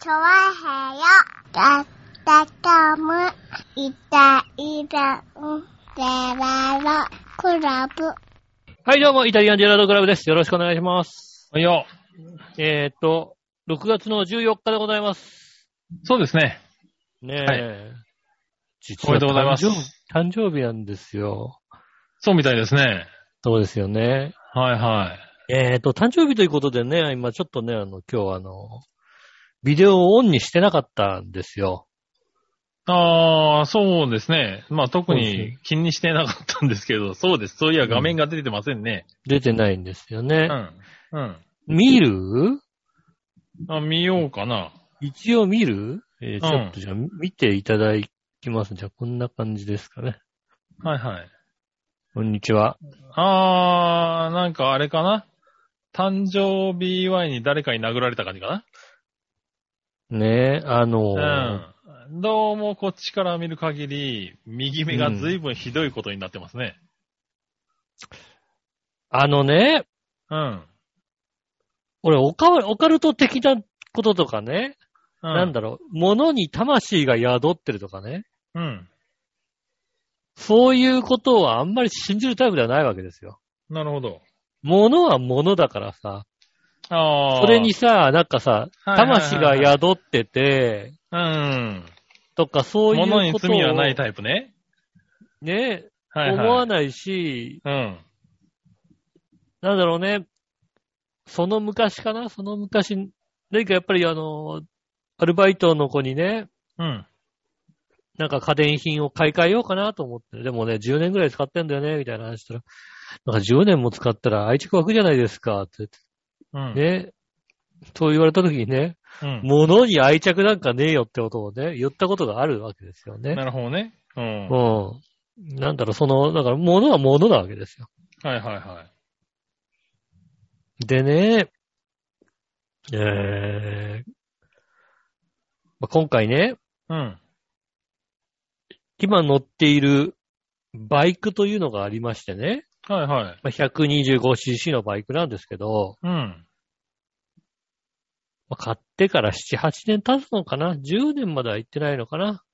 チョワヘヨだったかむいたいらんでららクラブ。 はい、どうも、イタリアンジェラードクラブです。よろしくお願いします。 はいよ。 6月の14日でございます。 そうですね。 ねえ。 はい、 実はおめでとうございます。 誕生日なんですよ。 そうみたいですね。 そうですよね。 はいはい。 誕生日ということでね、今ちょっとね、今日ビデオをオンにしてなかったんですよ。 ああ、そうですね。まあ特に気にしてなかったんですけど、そうです。そういや画面が出てませんね。 出てないんですよね。 うん。 見る？ 見ようかな。 一応見る？ちょっとじゃあ見ていただきます。じゃあこんな感じですかね。 はいはい。 こんにちは。 なんかあれかな。誕生日祝いに誰かに殴られた感じかな。 ねえ、 どうもこっちから見る限り、右目が随分ひどいことになってますね。 俺、オカルト的なこととかね、なんだろう、物に魂が宿ってるとかね。そういうことはあんまり信じるタイプではないわけですよ。 なるほど。 物は物だからさ。それにさ、なんかさ、魂が宿ってて、とかそういうことを。 物に罪はないタイプね。 ね、思わないし、なんだろうね、その昔、何かやっぱりアルバイトの子にね、なんか家電品を買い替えようかなと思って、でもね、10年ぐらい使ってんだよね、みたいな話したら、なんか10年も使ったら愛着湧くじゃないですか、って言って。ね。そう言われた時にね、物に愛着なんかねえよってことをね、言ったことがあるわけですよね。 なるほどね。 なんだろう、だから物は物なわけですよ。 はいはいはい。 でね、今回ね、今乗っているバイクというのがありましてね。 はいはい。 125cc のバイクなんですけど、買ってから7、8年経つのかな ?10 年までは行ってないのかな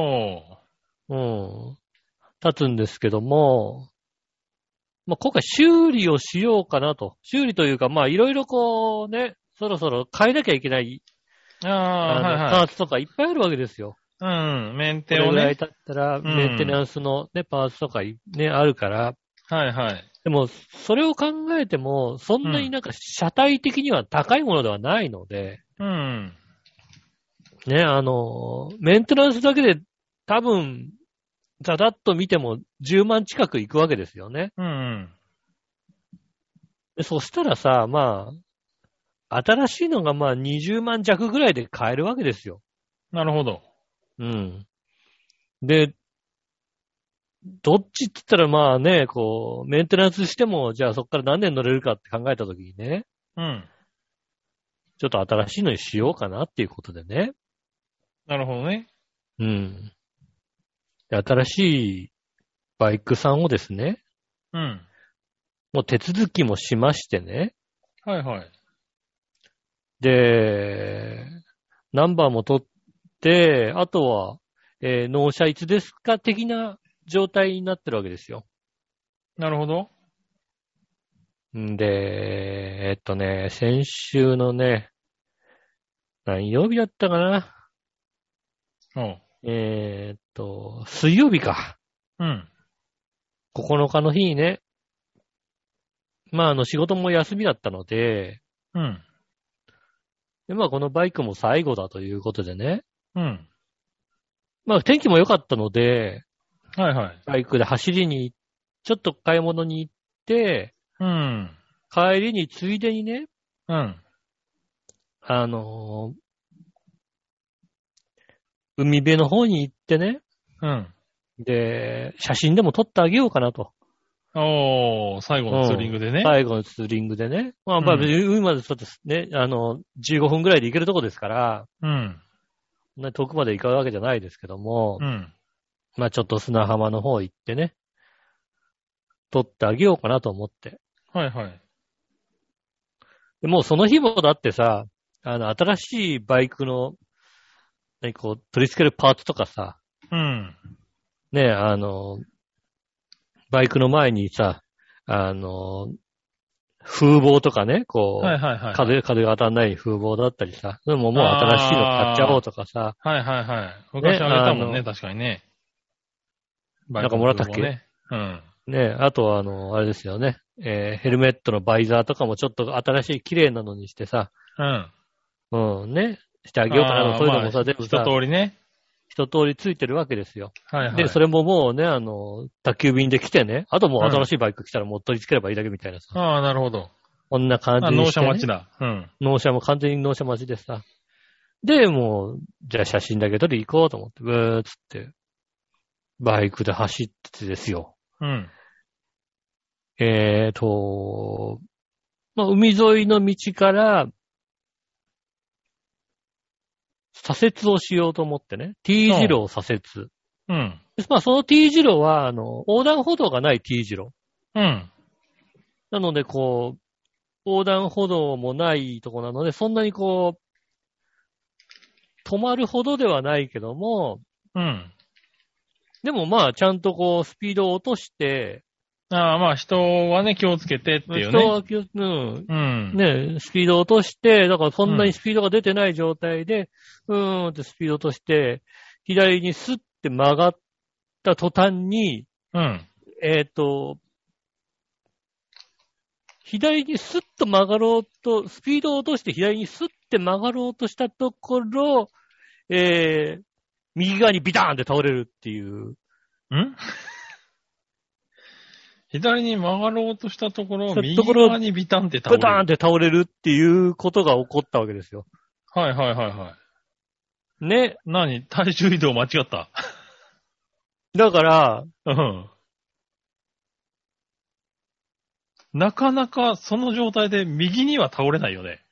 経つんですけども、今回修理をしようかなと。修理というか、いろいろこうね、そろそろ変えなきゃいけないパーツとかいっぱいあるわけですよ。 メンテをね。 これぐらい経ったら、メンテナンスのね、パーツとかね、あるから。 はいはい。 でも、それを考えても、そんなになんか車体的には高いものではないので、ね、メンテナンスだけで多分、ざだっと見ても10万近くいくわけですよね。でそしたらさ、新しいのが20万弱ぐらいで買えるわけですよ。 なるほど。 で、どっちって言ったらメンテナンスしても、じゃあそこから何年乗れるかって考えたときにね。ちょっと新しいのにしようかなっていうことでね。 なるほどね。 で新しいバイクさんをですね。もう手続きもしましてね。 はいはい。 で、ナンバーも取って、あとは、納車いつですか的な状態になってるわけですよ。 なるほど。 んで、先週のね、何曜日だったかな。水曜日か。9日の日にね、仕事も休みだったので、で、このバイクも最後だということでね。天気も良かったので、バイクで走りに、ちょっと買い物に行って、帰りについでにね、海辺の方に行ってね、で、写真でも撮ってあげようかなと。 最後のツーリングでね。 最後のツーリングでね。海までちょっとね、15分ぐらいで行けるとこですから、遠くまで行くわけじゃないですけども、ちょっと砂浜の方行ってね、撮ってあげようかなと思って。でもうその日もだってさ、 新しいバイクの、取り付けるパーツとかさ、 うん。 ね、バイクの前にさ、風防とかね、 はいはいはい。 風が当たんない風防だったりさ、でももう新しいの買っちゃおうとかさ。 はいはいはい。昔あげたもんね、確かにね。 なんかもらったっけ？ ね。うん。 ね、あとはあれですよね。ヘルメットのバイザーとかもちょっと新しい綺麗なのにしてさ。うん。ね。してあげようかなと、そういうのもさ、全部さ。 一通りね。 一通りついてるわけですよ。 はいはい。 で、それももうね、宅急便で来てね。あともう新しいバイク来たらもう取り付ければいいだけみたいなさ。 ああ、なるほど。 こんな感じにして、ね。 納車待ちだ。うん。 納車も完全に納車待ちでさ。で、もう、じゃあ写真だけ撮り行こうと思って、ブーっつって、バイクで走っててですよ。 うん。 海沿いの道から、左折をしようと思ってね。T 字路を左折。 うん。 その T 字路は、横断歩道がない T 字路。 うん。 なので、横断歩道もないとこなので、そんなに止まるほどではないけども、 うん。 でもちゃんとスピードを落として、 人はね、気をつけてっていうね。 人はね、スピードを落として、だからそんなにスピードが出てない状態で、ってスピードを落として、左にスッて曲がった途端に、左にスッと曲がろうと、スピードを落として左にスッて曲がろうとしたところ、右側にビターンって倒れるっていう。 左に曲がろうとしたところ、右側にビタンって倒れる。 ビターンって倒れるっていうことが起こったわけですよ。 はいはいはいはい。 ね。 体重移動間違った。 だから、 なかなかその状態で右には倒れないよね。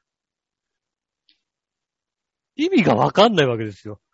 意味がわかんないわけですよ。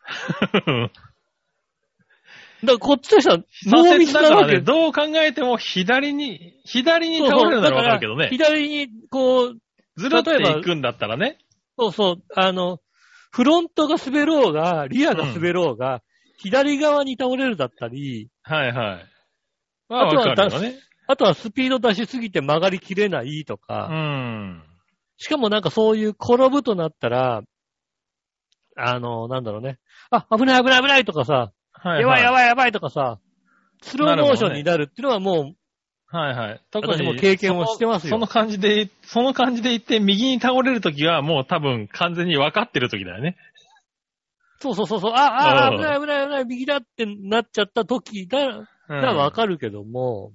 だからこっちとしては、 ノーミスだからね、どう考えても左に倒れるならわかるけどね。 左にずるっていくんだったらね。 そうそう、フロントが滑ろうが、リアが滑ろうが、左側に倒れるだったり、 はいはい。 あとはスピード出しすぎて曲がりきれないとか、しかもそういう転ぶとなったら、なんだろうね。危ないとかさ、やばいとかさ、スローモーションになるっていうのはもう、 はいはい。 特にも経験をしてますよ。 その感じで言って右に倒れるときはもう多分完全に分かってるときだよね。 そう。危ない、右だってなっちゃったときが分かるけども、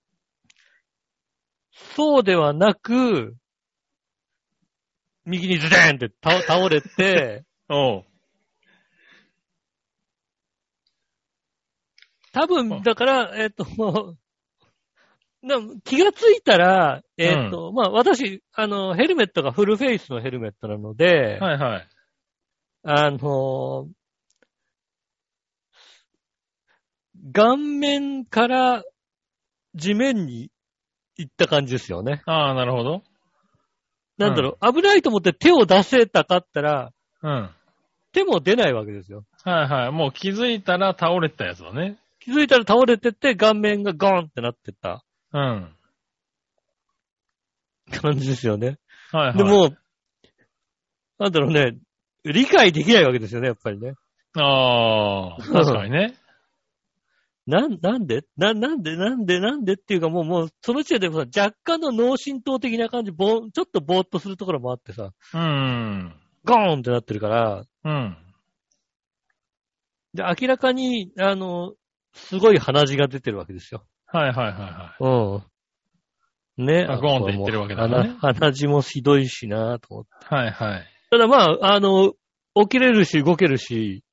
そうではなく、右にズデーンって倒れて、多分、だから、気がついたら、私、ヘルメットがフルフェイスのヘルメットなので、 はいはい。 顔面から地面に行った感じですよね。 なるほど。 なんだろう、危ないと思って手を出せたかったら、手も出ないわけですよ。 はいはい。もう気づいたら倒れてたやつだね。 気づいたら倒れてて、顔面がゴーンってなってた。感じですよね。 はいはい。 でも、なんだろうね、理解できないわけですよね、やっぱりね。 確かにね。 なんでっていうかもう、その時点でさ、若干の脳震盪的な感じ、ちょっとぼーっとするところもあってさ、ゴーンってなってるから、で、明らかに、すごい鼻血が出てるわけですよ。 はいはいはいはい。 ね。 ゴーンって言ってるわけだね。 鼻血もひどいしなと思って。 はいはい。 ただ起きれるし、動けるし、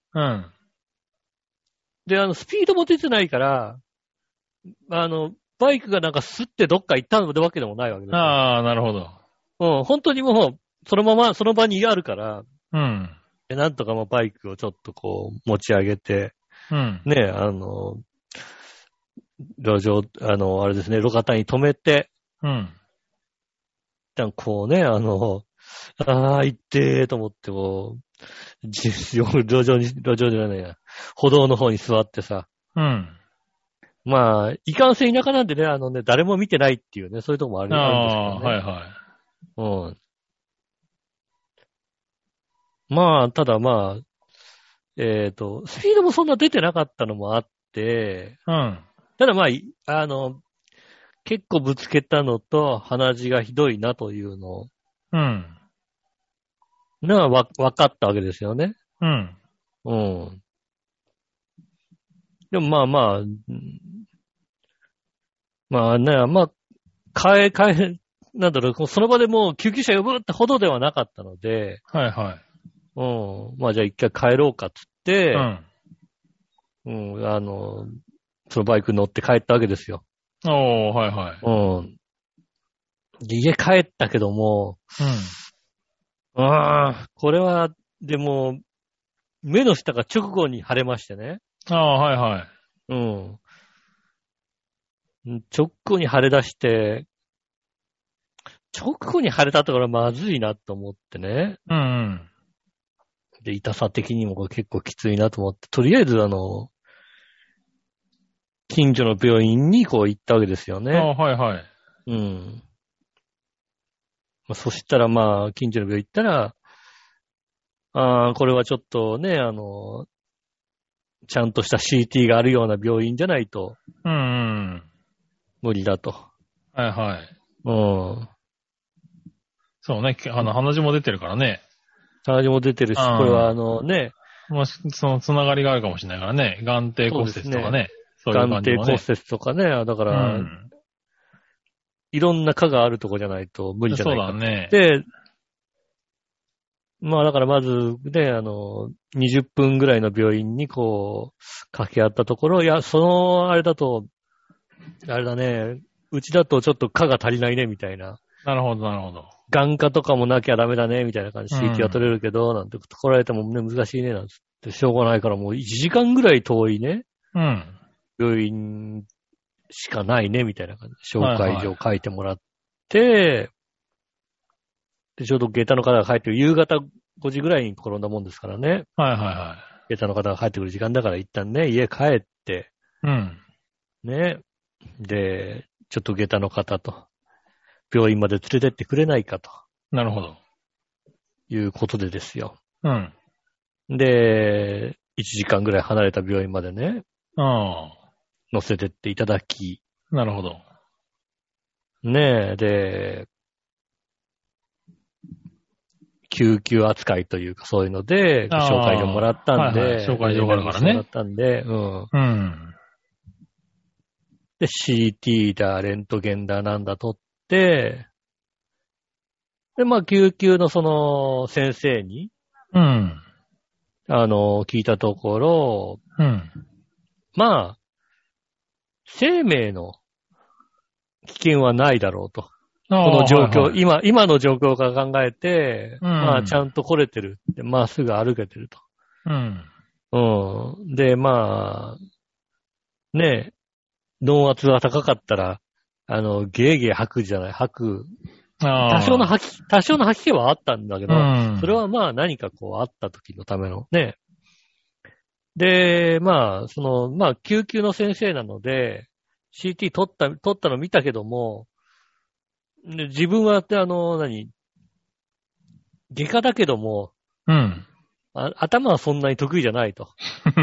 で、スピードも出てないから、バイクがスッてどっか行ったわけでもないわけですよ。 なるほど。 本当にもう、そのまま、その場にあるから、でなんとかバイクをちょっと持ち上げて、ね、路上、あれですね、路肩に止めて、 行ってーと思っても、路上じゃないや、歩道の方に座ってさ。 うん。 まあ、いかんせん田舎なんでね、誰も見てないっていうね、そういうとこもあるんですけどね。 はいはい。 うん。まあ、ただまあ、スピードもそんな出てなかったのもあって、 うん。 ただまあ、結構ぶつけたのと鼻血がひどいなというのうん。 わかったわけですよね。 うん。 うん。でもまあまあ、まあね、まあ、なんだろう、その場でもう救急車呼ぶってほどではなかったので、 はいはい。 うん。まあじゃあ一回帰ろうかっつって、 うん。 うん、そのバイクに乗って帰ったわけですよ。 おー、はいはい。 うん。家帰ったけども、これは、でも、目の下が直後に腫れましてね。 ああ、はいはい。 うん。直後に腫れ出して、直後に腫れたところはまずいなと思ってね。 うんうん。 で、痛さ的にもこれ結構きついなと思って、とりあえず近所の病院にこう行ったわけですよね。 ああ、はいはい。 うん。まあ、そしたらまあ、近所の病院行ったら、これはちょっとね、ちゃんとした CT があるような病院じゃないとうんうん。 無理だと。 はいはい。 うん。 そうね、鼻血も出てるからね。 鼻血も出てるし、これはね。 もし、そのつながりがあるかもしれないからね。眼底骨折とかね。そういう感じもね。 眼底骨折とかね。だから、いろんな科があるとこじゃないと無理じゃないか。 そうだね。 で、まあだからまずね、20分ぐらいの病院にこう、掛け合ったところ、いや、あれだと、あれだね、うちだとちょっと科が足りないね、みたいな。 なるほど、なるほど。 眼科とかもなきゃダメだね、みたいな感じ。CT は取れるけど、なんて来られてもね、難しいね、なんつってしょうがないからもう1時間ぐらい遠いね。 うん。 病院しかないね、みたいな感じ。紹介状書いてもらって、で、ちょうど下駄の方が帰ってくる、夕方5時ぐらいに転んだもんですからね。 はいはいはい。 下駄の方が帰ってくる時間だから一旦ね、家帰って、 うん。 ね。で、ちょっと下駄の方と、病院まで連れてってくれないかと。 なるほど。 いうことでですよ。 うん。 で、1時間ぐらい離れた病院までね、乗せてっていただき。 なるほど。 ねえ、で、救急扱いというかそういうので、紹介状もらったんで、 はいはい、紹介状があるからね。 もらったんで、うん。 うん。 で、CT だ、レントゲンだ、なんだ取って、で、まあ、救急のその先生に、 うん。 聞いたところ、 うん。 まあ、生命の危険はないだろうと。この状況、はいはい、今の状況から考えて、まあ、ちゃんと来れてるって、まあ、すぐ歩けてると。 うん。 うん。で、まあ、ねえ、脳圧が高かったら、ゲーゲー吐く。多少の吐き気はあったんだけど、それはまあ何かこうあった時のためのね。で、まあ、まあ、救急の先生なので、CT 取ったの見たけども、自分は、外科だけども、 うん。 頭はそんなに得意じゃないと。 うん。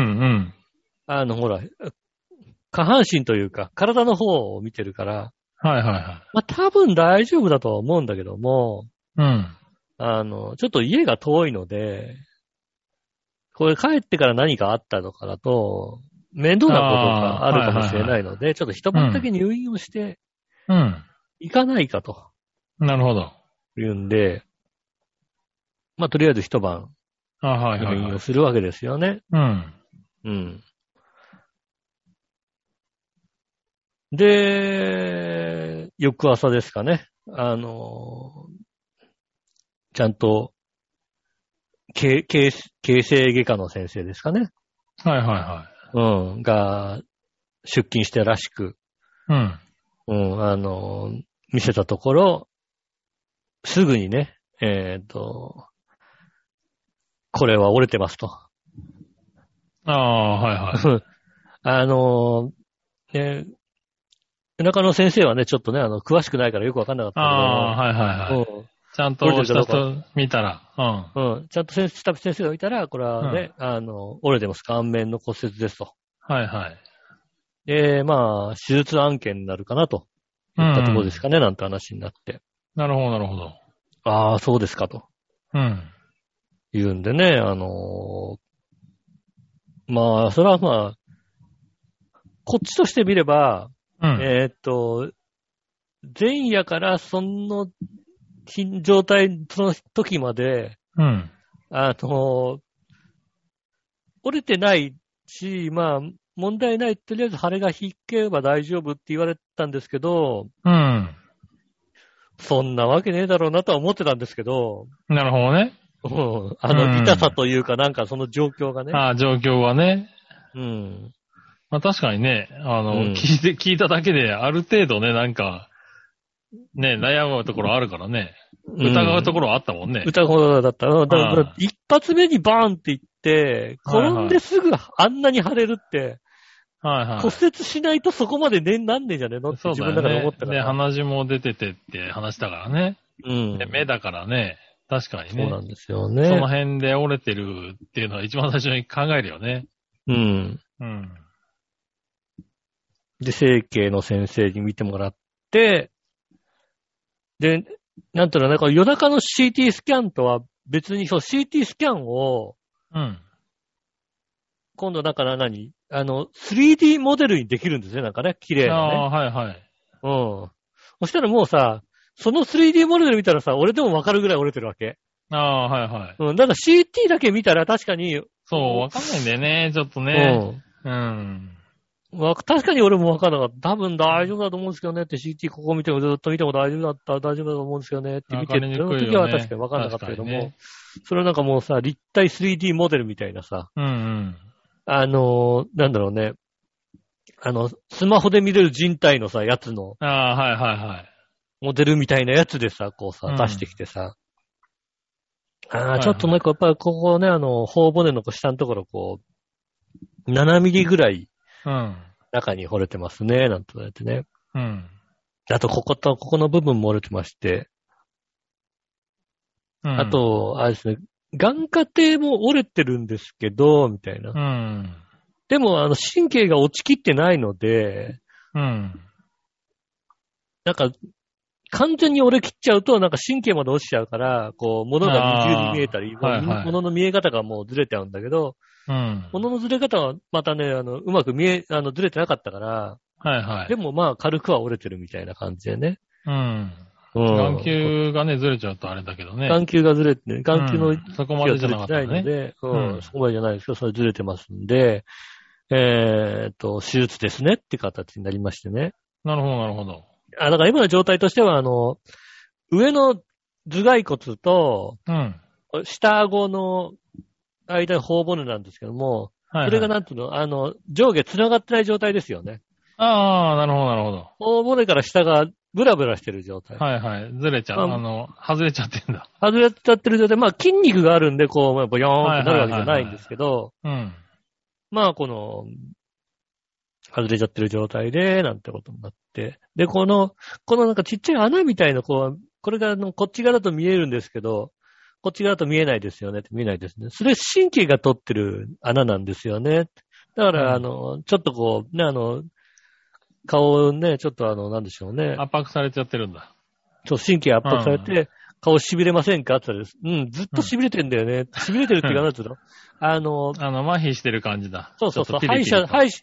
ほら、下半身というか、体の方を見てるから、 はいはいはい。 まあ多分大丈夫だとは思うんだけども、 うん。 ちょっと家が遠いので、これ帰ってから何かあったとかだと、面倒なことがあるかもしれないので、ちょっと一晩だけ入院をして、行かないかと。 なるほど。 言うんで、まあとりあえず一晩、入院をするわけですよね。 うん。 うん。で、翌朝ですかね。ちゃんと、形成外科の先生ですかね。 はいはいはい。 うん。が、出勤してらしく。 うん。 うん。見せたところ、すぐにね、 これは折れてますと。 ああ、はいはい。 中野先生はね、ちょっとね、詳しくないからよくわかんなかったけど。 ああ、はいはいはい。ちゃんとした人見たら。 ちゃんとした先生が見たら、これはね、折れてます。顔面の骨折ですと。 はいはい。 で、まあ、手術案件になるかなと。言ったところですかね、なんて話になって。 なるほど、なるほど。 ああ、そうですかと。言うんでね、まあ、それはまあ、こっちとして見れば、前夜からその状態、その時まで、折れてないし、まあ、問題ない。とりあえず腫れが引けば大丈夫って言われたんですけど、そんなわけねえだろうなとは思ってたんですけど。 なるほどね。 痛さというかなんかその状況がね。 ああ、状況はね。まあ確かにね、聞いただけである程度ね、なんか、ね、悩むところあるからね。疑うところあったもんね。 疑うところだった。だから一発目にバーンって言って、転んですぐあんなに腫れるって、骨折しないとそこまでなんねえじゃねえのって自分の中で思ったから。 で、鼻血も出ててって話したからね。で、目だからね。確かにね。 そうなんですよね。 その辺で折れてるっていうのは一番最初に考えるよね。 で、整形の先生に見てもらって、で、なんていうの、なんか夜中の CT スキャンとは別に、CT スキャンを、今度だから3D モデルにできるんですね、なんかね、綺麗なね。 ああ、はいはい。 そしたらもうさ、その 3D モデル見たらさ、俺でもわかるぐらい折れてるわけ。 ああ、はいはい。 だから CT だけ見たら確かに。 そう、わかんないんだよね、ちょっとね。 確かに俺もわかんなかった。多分大丈夫だと思うんですけどねって CT ここ見てもずっと見ても大丈夫だったら大丈夫だと思うんですけどねって見てる時は確かにわかんなかったけども、それはなんかもうさ、立体 3D モデルみたいなさ、なんだろうね、スマホで見れる人体のさ、やつの、モデルみたいなやつでさ、こうさ、出してきてさ、ちょっとなんかやっぱりここね、頬骨の下のところこう、7ミリぐらい、中に掘れてますね、なんて言われてね。あと、ここの部分も折れてまして。あと、あれですね、眼下底も折れてるんですけど、みたいな。でも、神経が落ちきってないので、なんか、完全に折れ切っちゃうと、なんか神経まで落ちちゃうから、こう、物が二重に見えたり、物の見え方がもうずれちゃうんだけど、物のずれ方はまたね、うまくずれてなかったから、でもまあ軽くは折れてるみたいな感じでね。 眼球がね、ずれちゃうとあれだけどね。 眼球がずれてね、眼球のそこまでじゃなかったので、 そこまでじゃないですけど、それずれてますんで、手術ですねって形になりましてね。 なるほど、なるほど。 だから今の状態としては、上の頭蓋骨と、下顎の間に頬骨なんですけども、それがなんていうの、上下繋がってない状態ですよね。 ああ、なるほど、なるほど。 頬骨から下がブラブラしてる状態。 はいはい。ずれちゃう。外れちゃってんだ。 外れちゃってる状態。まあ筋肉があるんで、こう、ボヨーンってなるわけじゃないんですけど、まあこの、外れちゃってる状態で、なんてことになって。で、このなんかちっちゃい穴みたいな、これがこっち側だと見えるんですけど、こっち側だと見えないですよねって見えないですね。それ神経が通ってる穴なんですよね。だから、ちょっとこう、ね、顔をね、ちょっとなんでしょうね。 圧迫されちゃってるんだ。 そう、神経圧迫されて、顔痺れませんかって言ったら、ずっと痺れてんだよね。痺れてるっていうか、なんていうの麻痺してる感じだ。 そうそうそう。歯医者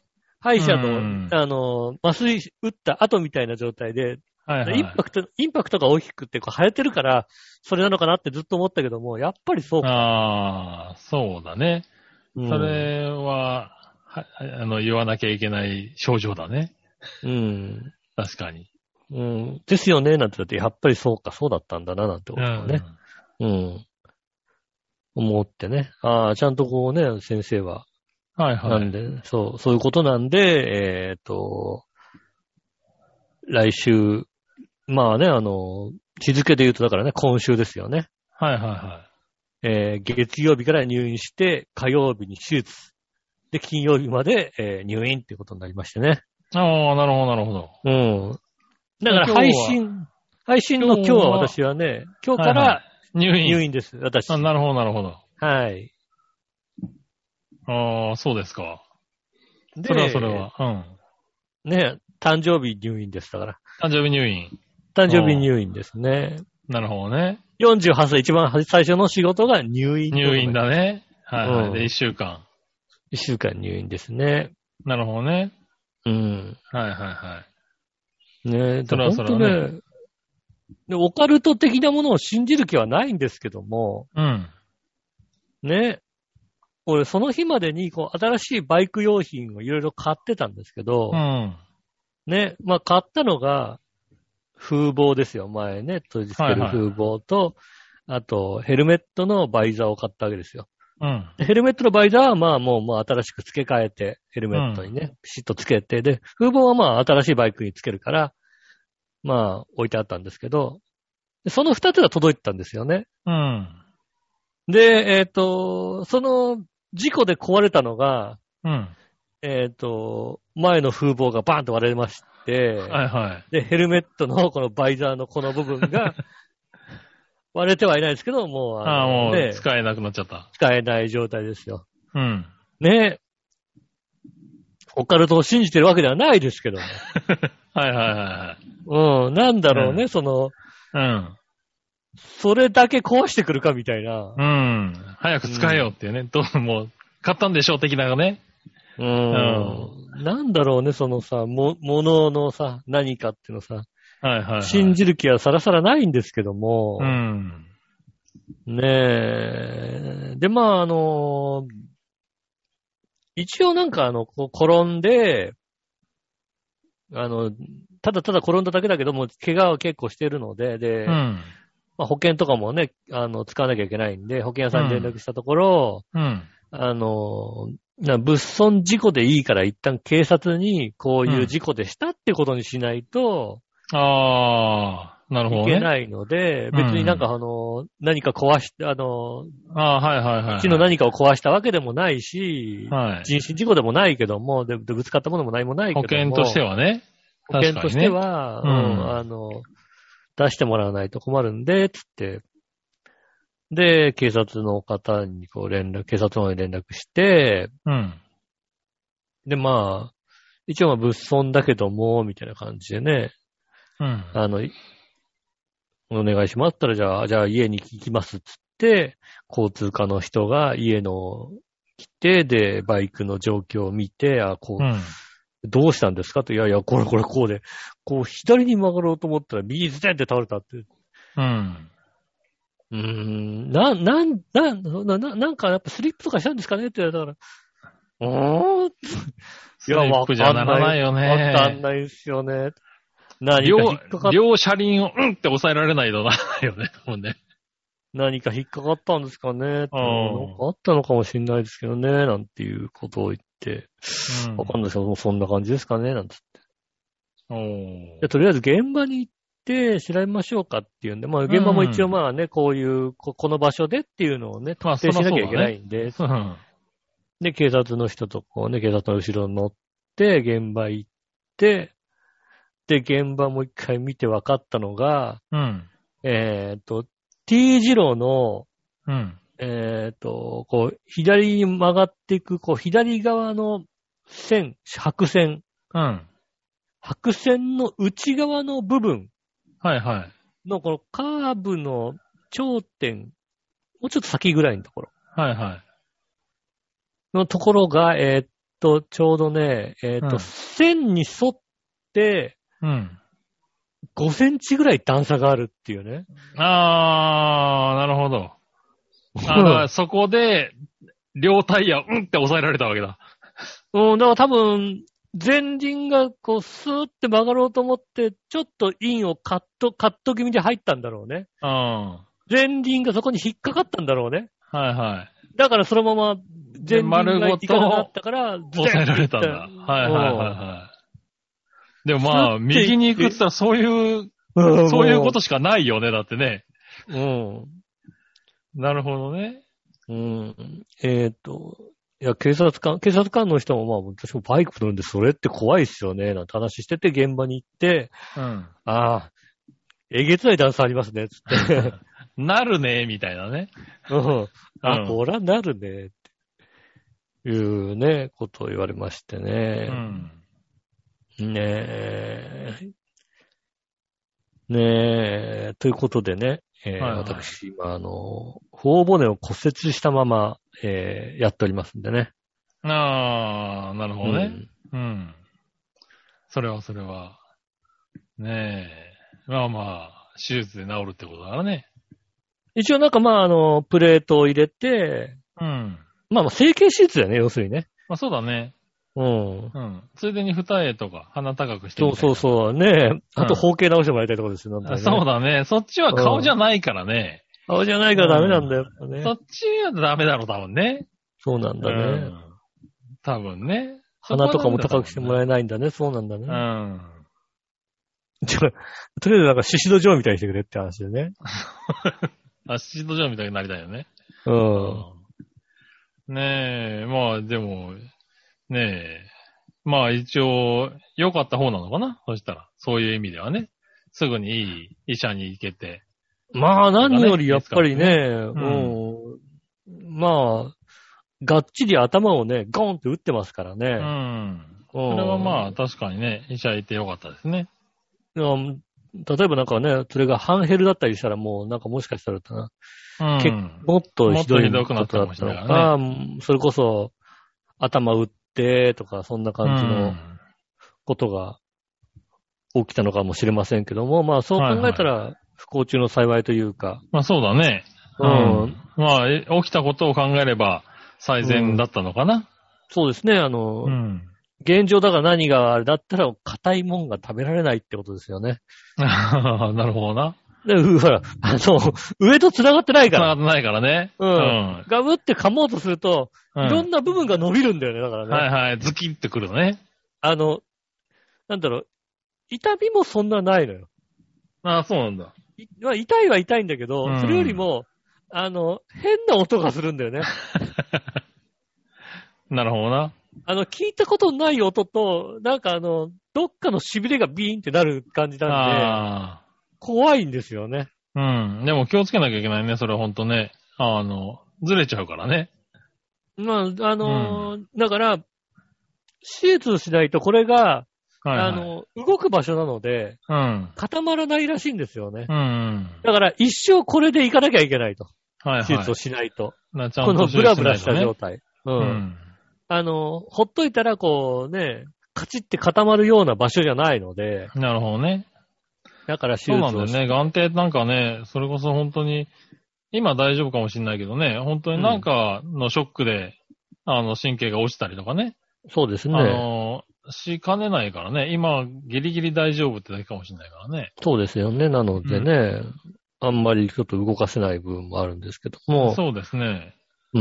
の、麻酔打った後みたいな状態で、インパクトが大きくって、生えてるから、それなのかなってずっと思ったけども、やっぱりそうか。 ああ、そうだね。それは、言わなきゃいけない症状だね。確かに。 ですよね、なんて言って、やっぱりそうか、そうだったんだな、なんてことをね。思ってね。ちゃんとこうね、先生は。なんで、そういうことなんで、来週、まあね、日付で言うとだからね、今週ですよね。 はいはいは月曜日から入院して、火曜日に手術。で、金曜日まで、入院っていうことになりましてね。 ああ、なるほどなるほど。 うん。だから配信の今日は私はね、今日から入院です、私。 あ、なるほどなるほど。 はい。 ああ、そうですか。それは。 うん。ね、誕生日入院ですだから。 誕生日入院。 誕生日入院ですね。 なるほどね。 48歳一番最初の仕事が入院。 入院だね。はいはい。で、1週間。 1週間入院ですね。 なるほどね。 うん。 はいはいはい。 ねえ、だから本当ね、オカルト的なものを信じる気はないんですけども、 うん。 ね、俺その日までにこう新しいバイク用品をいろいろ買ってたんですけど、 うん。 ね、まあ買ったのが風防ですよ、前ね、閉じつける風防と、あとヘルメットのバイザーを買ったわけですよ。 うん。 ヘルメットのバイザーはまあもう新しく付け替えて、ヘルメットにね、ピシッと付けて、で、風防はまあ新しいバイクに付けるから、まあ置いてあったんですけど、その二つが届いてたんですよね。 うん。 で、その事故で壊れたのが、 うん。 前の風防がバーンと割れまして、 はいはい。 で、ヘルメットのこのバイザーのこの部分が割れてはいないですけど、もう、 もう使えなくなっちゃった。 使えない状態ですよ。 うん。 ねオカルトを信じてるわけではないですけども。 はいはいはい。 うん、なんだろうね、 うん。 それだけ壊してくるかみたいな。 うん。早く使えよっていうね。もう、買ったんでしょう的なのね。 なんだろうね、もののさ、何かっていうのさ、 はいはいはい。 信じる気はさらさらないんですけども、 うん。 ねえ。で、まあ、一応なんか転んで、ただただ転んだだけだけども、怪我は結構してるので、で、まあ、保険とかもね、使わなきゃいけないんで、保険屋さんに連絡したところ、物損事故でいいから一旦警察にこういう事故でしたってことにしないと、 なるほどね。 いけないので、別になんか何か壊して、 はいはいはい。 うちの何かを壊したわけでもないし、 はい、 人身事故でもないけども、でぶつかったものも何もないけども。 保険としてはね。 保険としては、出してもらわないと困るんで、つって。で、警察の方に警察の方に連絡して、で、まあ、一応物損だけども、みたいな感じでね、お願いしますったら、じゃあ家に行きますっつって、交通課の人が家の来て、で、バイクの状況を見て、どうしたんですかと、いやいや、これこうで、こう左に曲がろうと思ったら右にズテンって倒れたって。なんかやっぱスリップとかしたんですかねって言われたから、 いや、わかんない。じゃならないよね。 わかんないですよね。 両車輪をって抑えられないとならよね、もうね。 何か引っかかったんですかねなんかあったのかもしれないですけどね、なんていうことを言って、わかんないですけど、そんな感じですかね、なんつって。とりあえず現場に行って調べましょうかっていうんで、まあ現場も一応まあね、こういう、この場所でっていうのをね、特定しなきゃいけないんで、で、警察の人と警察の後ろに乗って、現場行って、で、現場も一回見て分かったのが、T 字路の、左に曲がっていく、左側の白線。白線の内側の部分。の、このカーブの頂点、もうちょっと先ぐらいのところ。のところが、ちょうどね、線に沿って、5センチぐらい段差があるっていうね。 なるほど。だからそこで、両タイヤ、って抑えられたわけだ。 だから多分、前輪がスーって曲がろうと思って、ちょっとインをカット気味で入ったんだろうね。前輪がそこに引っかかったんだろうね。だからそのまま、前輪が行かなかったから、 抑えられたんだ。でもまあ、右に行くって言ったらそういうことしかないよね、だってね。 なるほどね。 うん。いや、警察官の人も、まあ、私もバイク乗るんで、それって怖いっすよね、なんて話してて、現場に行って、 うん。 ああ、えげつない段差ありますね、つって。 なるね、みたいなね。 うん。あ、 うんこらなるね、っていうね、ことを言われましてね。 うん。 ねえ。ねえ。ということでね、 はいはい。 私、今、頬骨を骨折したまま、やっておりますんでね。 ああ、なるほどね。うん。それは。ねえ。まあまあ、手術で治るってことだからね。 一応なんかまあ、プレートを入れて、 うん。 まあまあ、整形手術だよね、要するにね。 まあそうだね。 うん。 うん。ついでに二重とか鼻高くしてそうそうみたいな。 そう。ねえ。あと、包茎直してもらいたいところですよ、なんだあね。 そうだね。そっちは顔じゃないからね。 顔じゃないからダメなんだよ、ね。 そっちはダメだろ、多分ね。 そうなんだね。 多分ね。 鼻とかも高くしてもらえないんだね。そうなんだね。 うん。 とりあえずなんか、シシド状みたいにしてくれって話でね。 あ、シート状みたいになりたいよね。 うん。 ねえ、まあでも、ねえ、まあ一応、良かった方なのかなそしたら。そういう意味ではね。すぐにいい医者に行けて。 まあ、何よりやっぱりね、 うんまあ、がっちり頭をね、ゴーンって打ってますからね。 うん。それはまあ確かにね、医者行ってよかったですね。 例えばなんかね、それが半ヘルだったりしたらもうなんかもしかしたらもっとひどいことだったのか、それこそ頭打ってとかそんな感じのことが起きたのかもしれませんけども、まあそう考えたら不幸中の幸いというか。 まあそうだね。うん。まあ起きたことを考えれば最善だったのかな。 そうですね、現状だから何があれだったら硬いもんが食べられないってことですよね。 なるほどな。 で、ほら、上と繋がってないから。 繋がってないからね。 うん。ガブって噛もうとすると、いろんな部分が伸びるんだよね、だからね。 はいはい、ズキッてくるのね。 なんだろう、痛みもそんなないのよ。 ああ、そうなんだ。 まあ、痛いは痛いんだけど、それよりも、変な音がするんだよね。 なるほどな。 聞いたことない音と、なんかどっかの痺れがビーンってなる感じなんで、怖いんですよね。 うん。でも気をつけなきゃいけないね、それほんとね。ずれちゃうからね。 まあ、だから、手術しないとこれが、動く場所なので、固まらないらしいんですよね。だから一生これで行かなきゃいけないと。手術をしないと。このブラブラした状態。ほっといたらこうね、カチって固まるような場所じゃないので。 なるほどね。 だから手術を。 そうなんだよね。眼底なんかね、それこそ本当に、今大丈夫かもしれないけどね、本当になんかのショックで、神経が落ちたりとかね。 そうですね。 しかねないからね。今、ギリギリ大丈夫ってだけかもしれないからね。 そうですよね。なのでね、あんまりちょっと動かせない部分もあるんですけども。 そうですね。 うん。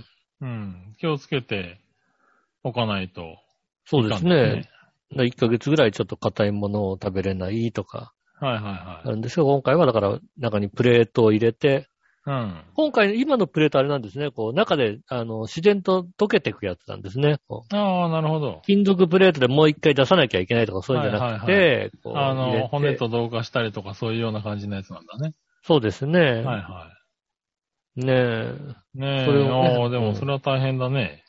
気をつけておかないと。 そうですね。1ヶ月ぐらいちょっと硬いものを食べれないとか。あるんですが、今回はだから中にプレートを入れて、今回、今のプレートあれなんですね。こう、中で、自然と溶けていくやつなんですね。 ああ、なるほど。 金属プレートでもう一回出さなきゃいけないとかそういうんじゃなくて、 骨と同化したりとかそういうような感じのやつなんだね。 そうですね。ねえ。 ねえ。でもそれは大変だね。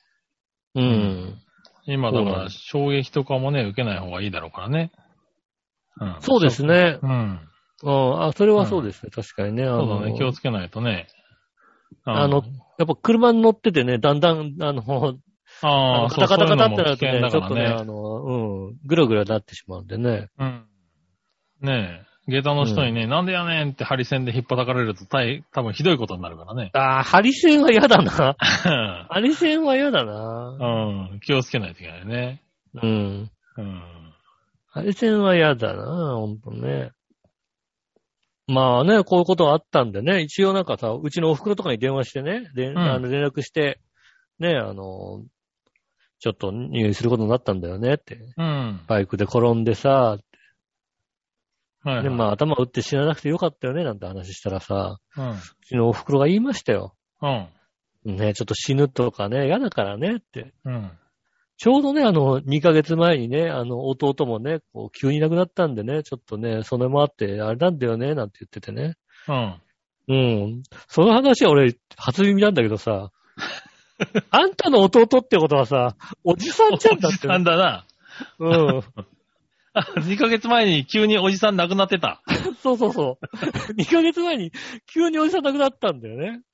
今だから衝撃とかもね、受けない方がいいだろうからね。 そうですね。それはそうですね。確かにね。 そうだね。気をつけないとね。 やっぱ車に乗っててね、だんだん、カタカタカタってなるとね、ちょっとね、ぐるぐるなってしまうんでね。 ねえ。下駄の人にね、なんでやねんってハリセンで引っ叩かれると多分ひどいことになるからね。 ハリセンは嫌だな。ハリセンは嫌だな。 気をつけないといけないね。 ハリセンは嫌だな、ほんとね。まあね、こういうことがあったんでね、一応なんかさ、うちのお袋とかに電話してね、連絡して、ね、ちょっと入院することになったんだよねって。バイクで転んでさ、 はいはい、 で、まあ頭打って死ななくてよかったよね、なんて話したらさ、 うん。 うちのお袋が言いましたよ。 うん。 ね、ちょっと死ぬとかね、嫌だからねって。 うん。 ちょうどね、2ヶ月前にね、弟もね、こう、急に亡くなったんでね、ちょっとね、それもあって、あれなんだよね、なんて言っててね。 うん。 うん。その話は俺、初耳なんだけどさ、あんたの弟ってことはさ、おじさんちゃんだって、 おじさんだな。 うん。 2ヶ月前に急におじさん亡くなってた。 そうそうそう。2ヶ月前に急におじさん亡くなったんだよね。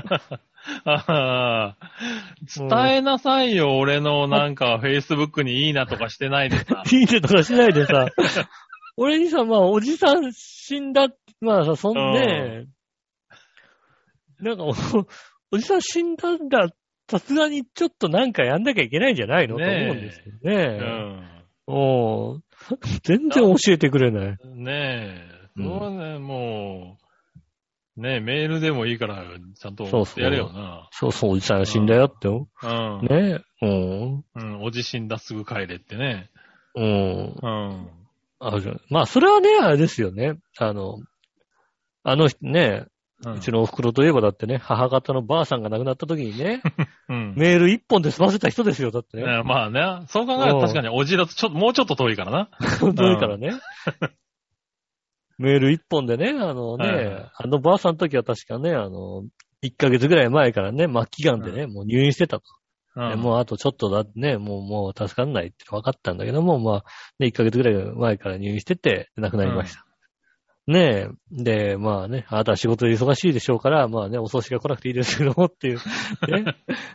ああ、伝えなさいよ、俺のなんか、Facebook にいいなとかしてないでさ。 いいねとかしないでさ、俺にさ、まあ、おじさん死んだ、まあさ、そんね、なんかおじさん死んだんだ、さすがにちょっとなんかやんなきゃいけないんじゃないのと思うんですよね。全然教えてくれない。 ねえ。そうね、もう、ねえ、メールでもいいから、ちゃんと送ってやれよな。 そうそう、おじさん死んだよってよ。 うん。 ねえ。 うん、おじ死んだすぐ帰れってね。 うん。まあ、それはね、あれですよね。人ね、うちのお袋といえばだってね、母方のばあさんが亡くなった時にね、うん、メール一本で済ませた人ですよ、だってね。 まあね、そう考えると確かにおじだともうちょっと遠いからな。 遠いからね。メール一本でね、ばあさんの時は確かね、1ヶ月ぐらい前からね、末期がんでね、もう入院してたと。もうあとちょっとだってね、もう助かんないって分かったんだけども、まあ、ね、1ヶ月ぐらい前から入院してて、亡くなりました。ねえ。で、まあね、あなたは仕事で忙しいでしょうから、まあね、お葬式が来なくていいですけどもっていう、ね。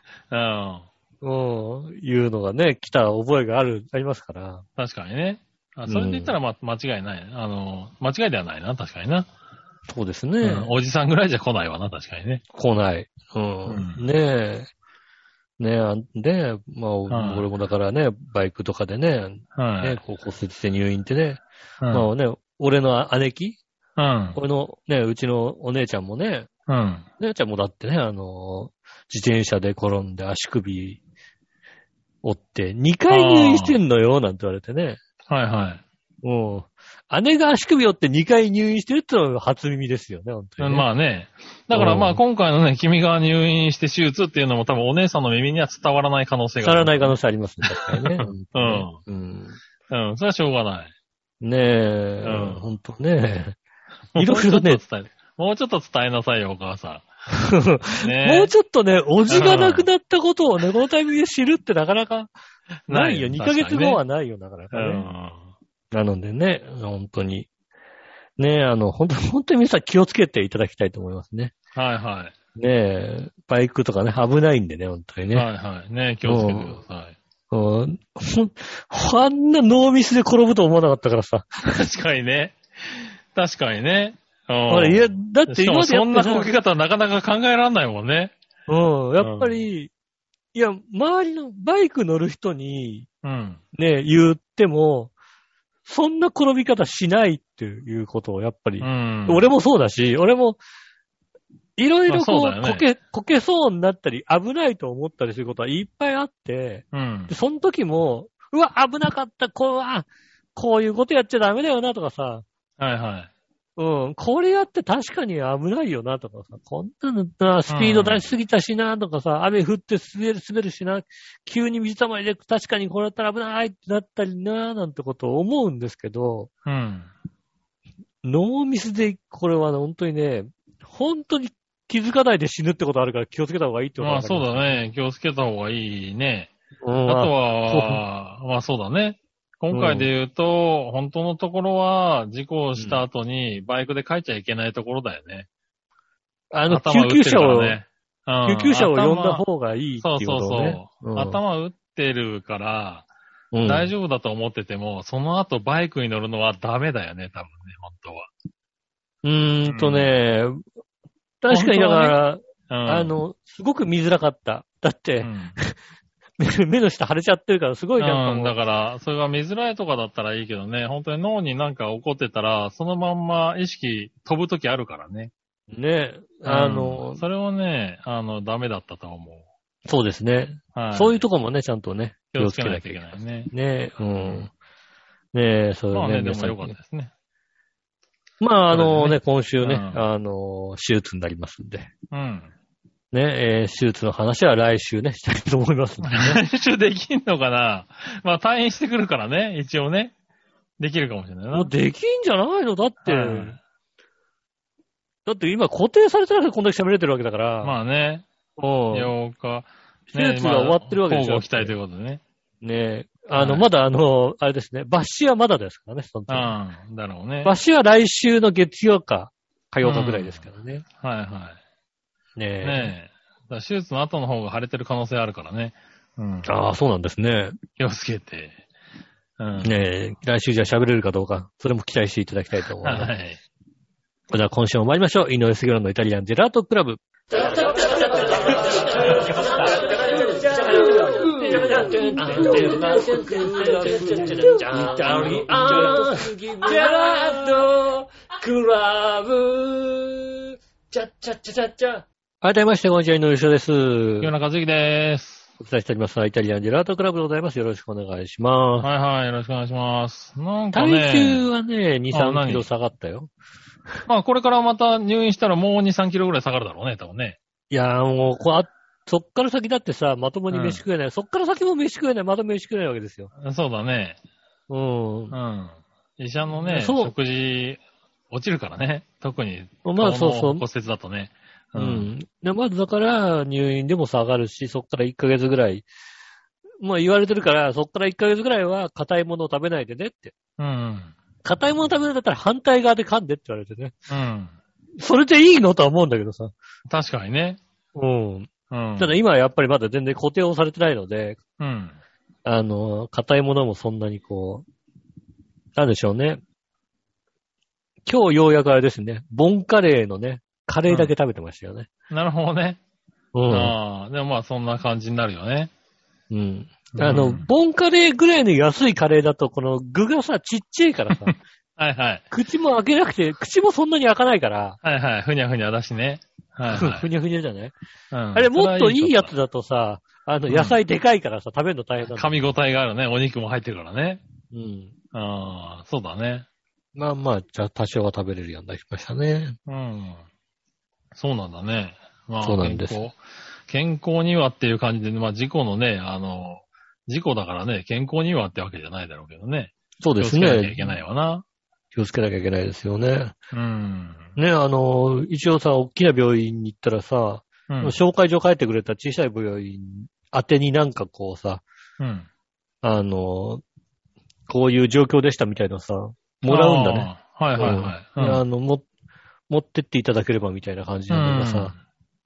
いうのがね、来た覚えがありますから。 確かにね。それで言ったら間違いない。間違いではないな、確かにな。 そうですね。 おじさんぐらいじゃ来ないわな、確かにね。 来ない。ねえ。ねえ、で、まあ、俺もだからね、バイクとかでね、こう骨折して入院ってね、まあね、俺の姉貴俺のね、うちのお姉ちゃんもね、姉ちゃんもだってね、自転車で転んで足首折って2回入院してんのよ、なんて言われてね。 はいはい。 姉が足首折って2回入院してるってのが初耳ですよね、本当に、ね。 まあね。だからまあ今回のね、君が入院して手術っていうのも多分お姉さんの耳には伝わらない可能性がある。 伝わらない可能性ありますね、確かにね。 それはしょうがない。 ねえ、ほんとね。いろいろね。 もうちょっと伝えなさいよ、お母さん。もうちょっとね、おじが亡くなったことをね、このタイミングで知るってなかなかないよ。2ヶ月後はないよ、なかなかね。なのでね、本当に。ね本当に皆さん気をつけていただきたいと思いますね。 はいはい。 ねえ、バイクとかね、危ないんでね、本当にね。 はいはい。ね気をつけてください。 あんなノーミスで転ぶと思わなかったからさ。 確かにね。確かにね。 いや、だって今までそんなこけ方はなかなか考えられないもんね。 やっぱり、いや、周りのバイク乗る人に、ね、言っても、そんな転び方しないっていうことをやっぱり、俺もそうだし、俺も、いろいろこう、こけそうになったり、危ないと思ったりすることはいっぱいあって、でその時も、うわ、危なかった、こういうことやっちゃダメだよなとかさ、 はいはい。 これやって確かに危ないよなとかさ、こんなのスピード出しすぎたしなとかさ、雨降って滑るしな、急に水たまりで確かにこれだったら危ないってなったりななんてことを思うんですけど、ノーミスでこれは本当にね、本当に気づかないで死ぬってことあるから気をつけた方がいいってことそうだね。気をつけた方がいいね。あとは、まあそうだね。今回で言うと、本当のところは、事故をした後に、バイクで帰っちゃいけないところだよね。 救急車を呼んだ方がいいっていうことね。 そう。頭打ってるから、大丈夫だと思ってても、その後バイクに乗るのはダメだよね、多分ね、本当は。 確かにだから、すごく見づらかった。だって、目の下腫れちゃってるからすごいなんかだから、それが見づらいとかだったらいいけどね、本当に脳になんか起こってたら、そのまんま意識飛ぶときあるからね。 ねそれはね、ダメだったと思う。 そうですね。そういうとこもね、ちゃんとね、 気をつけなきゃいけないね。 ねそういうね。 まあね、でもよかったですね。 まあ、今週ね、手術になりますんで。 うん。 ね、手術の話は来週ね、したいと思いますんでね。 来週できんのかな？まあ、退院してくるからね、一応ね。できるかもしれないな。 もうできんじゃないの？だって、だって今固定されてなくてこんだけ喋れてるわけだから。 まあね。8日。 手術が終わってるわけでしょ。 交互期待ということでね。 ねまだあれですね、抜歯はまだですからね、その時。 だろうね。 抜歯は来週の月曜か火曜かぐらいですからね。 はいはい。ねえ。手術の後の方が腫れてる可能性あるからね。 ああ、そうなんですね。 気をつけて。 ねえ、来週じゃ喋れるかどうか、それも期待していただきたいと思います。はい。じゃあ今週も参りましょう。井上杉村のイタリアンジェラートクラブ。改めまして、こんにちは、井上翔です。 清中和樹です。 お伝えしております。イタリアンジェラートクラブでございます。よろしくお願いします。 はいはい、よろしくお願いします。なんかね、体重はね、2、3キロ下がったよ。 まあ、これからまた入院したらもう2、3キロぐらい下がるだろうね、多分ね。 いやーもう、そっから先だってさ、まともに飯食えない。そっから先も飯食えない。まともに飯食えないわけですよ。 そうだね。医者のね、食事、落ちるからね。特に、 まあそうそう。 骨折だとね。 まずだから入院でも下がるし、そっから1ヶ月ぐらい、まあ言われてるから、そっから1ヶ月ぐらいは硬いものを食べないでねって。硬いもの食べないんだったら反対側で噛んでって言われてね。それでいいのとは思うんだけどさ。 確かにね。 ただ今はやっぱりまだ全然固定をされてないので、硬いものもそんなになんでしょうね。今日ようやくあれですね、ボンカレーのね、カレーだけ食べてましたよね。 なるほどね。でもまあそんな感じになるよね。 ボンカレーぐらいの安いカレーだと、この具がさ、ちっちゃいからさ。 はいはい。 口も開けなくて、口もそんなに開かないから。 はいはい。ふにゃふにゃだしね。はいはい。 ふにゃふにゃじゃない？あれもっといいやつだとさ、野菜でかいからさ、食べるの大変だ。 噛み応えがあるね。お肉も入ってるからね。そうだね。 まあまあ、じゃあ多少は食べれるようになりましたね。 そうなんだね。まあ、 そうなんです。 健康にはっていう感じで、まあ事故のね、事故だからね、健康にはってわけじゃないだろうけどね。 そうですね。 気をつけなきゃいけないわな。 気をつけなきゃいけないですよね。ね、一応さ、大きな病院に行ったらさ、紹介状書いてくれた小さい病院宛てになんかこうさ、こういう状況でしたみたいなさ、もらうんだね。 はいはいはい。 持ってっていただければみたいな感じなんだけどさ。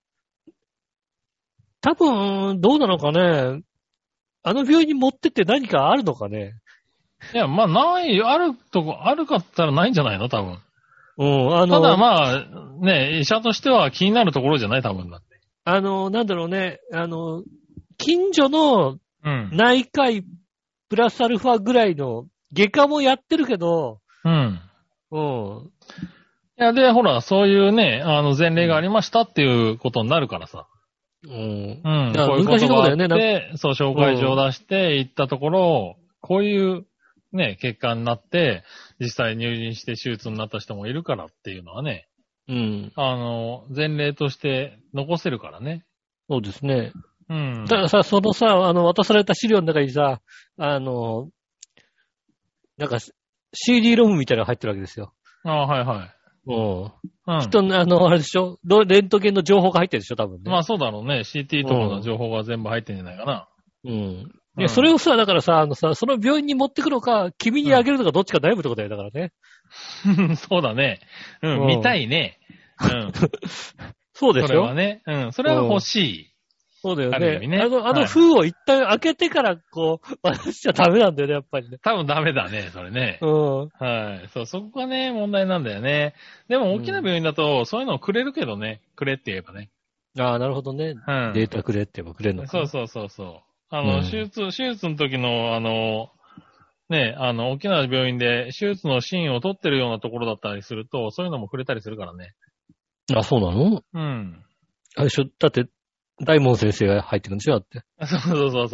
多分、どうなのかね。あの病院に持ってって何かあるのかね。 いや、まあ、あるかったらないんじゃないの多分。ただまあ、ね、医者としては気になるところじゃない多分だって。 なんだろうね、近所の内科医プラスアルファぐらいの外科もやってるけど、 いや、で、ほら、そういうね、前例がありましたっていうことになるからさ。こういうことがあって、そう、紹介状を出して行ったところ、こういうね、結果になって、実際入院して手術になった人もいるからっていうのはね、前例として残せるからね。 そうですね。だからさ、渡された資料の中にさ、なんか、CD ロムみたいなのが入ってるわけですよ。 はいはい。 人の、あれでしょ？レントゲンの情報が入ってるでしょ、多分ね。 まあそうだろうね。CT とかの情報が全部入ってんじゃないかな。 で、それをさ、だからさ、その病院に持ってくのか、君にあげるのかどっちか悩むとこだよ、だからね。 そうだね。見たいね。 そうでしょ？それはね。それは欲しい。 そうだよね。封を一旦開けてから、渡しちゃダメなんだよね、やっぱりね。 多分ダメだね、それね。はい。そこがね、問題なんだよね。でも、大きな病院だと、そういうのをくれるけどね。くれって言えばね。 ああ、なるほどね。データくれって言えばくれるのか。 そう。手術の時の、ね、大きな病院で手術のシーンを撮ってるようなところだったりすると、そういうのもくれたりするからね。 あ、そうなの？あれでしょ、だって、大門先生が入ってくるんでしょだって。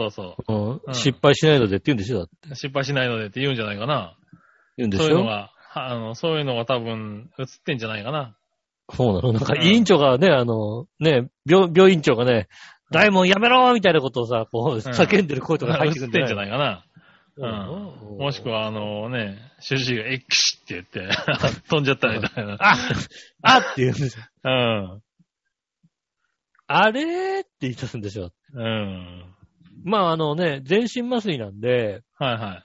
そう。 失敗しないのでって言うんでしょだって。 失敗しないのでって言うんじゃないかな。 言うんでしょ？ そういうのがそういうのが多分映ってんじゃないかな。 そうなの。なんか委員長がね、病院長がね、大門やめろみたいなことをさ、こう、叫んでる声とか入ってくるんじゃない？ 映ってんじゃないかな。もしくは主治医がエッキシって言って、飛んじゃったみたいな。 あって言うんですよ。 うん。 あれーって言い出すんでしょ。 うん。 まあ全身麻酔なんで、 はいはい。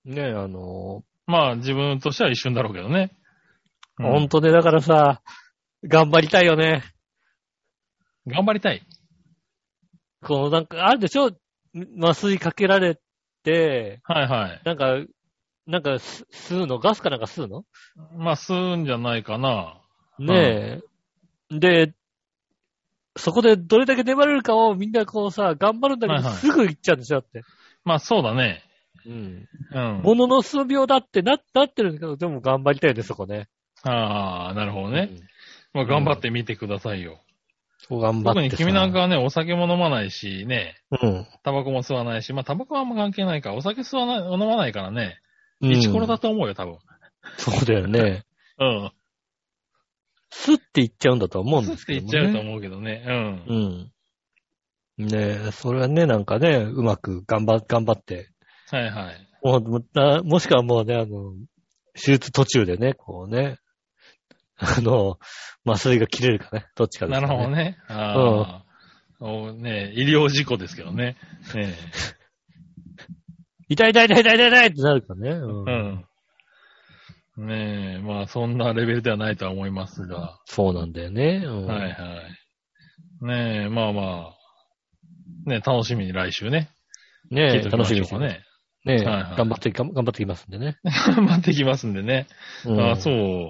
ね、 まあ自分としては一瞬だろうけどね。 ほんとね、だからさ、頑張りたいよね。 頑張りたい。 こう、なんか、あるでしょ？麻酔かけられて、 はいはい。 なんか、吸うの？ガスかなんか吸うの？ まあ、吸うんじゃないかな。 ねえ。で、そこでどれだけ粘れるかをみんなこうさ、頑張るんだけど、すぐ行っちゃうんでしょって。 まあ、そうだね。 うん。ものの数秒だってなってるんだけど、でも頑張りたいよね、そこね。 ああ、なるほどね。まあ、頑張ってみてくださいよ。 そう頑張って。 特に君なんかはね、お酒も飲まないしね。 うん。 タバコも吸わないし、まあ、タバコはあんま関係ないから、お酒飲まないからね。イチコロだと思うよ、多分。 そうだよね。 うん。 スッていっちゃうんだと思うんですけどね。 スッていっちゃうと思うけどね。うん。 うん。ねえ、それはね、なんかね、うまく頑張って。 はいはい。 もしくはもうね、手術途中でね、こうね、麻酔が切れるかね、どっちかですかね。 なるほどね。ね、医療事故ですけどね。 痛いってなるかね。 うん。ねえ、まあそんなレベルではないとは思いますが。 そうなんだよね。 はいはい。ねえ、まあまあ。ねえ、楽しみに来週ね。 ねえ、楽しみにね。 ねえ、頑張ってきますんでね。 頑張ってきますんでね。そう。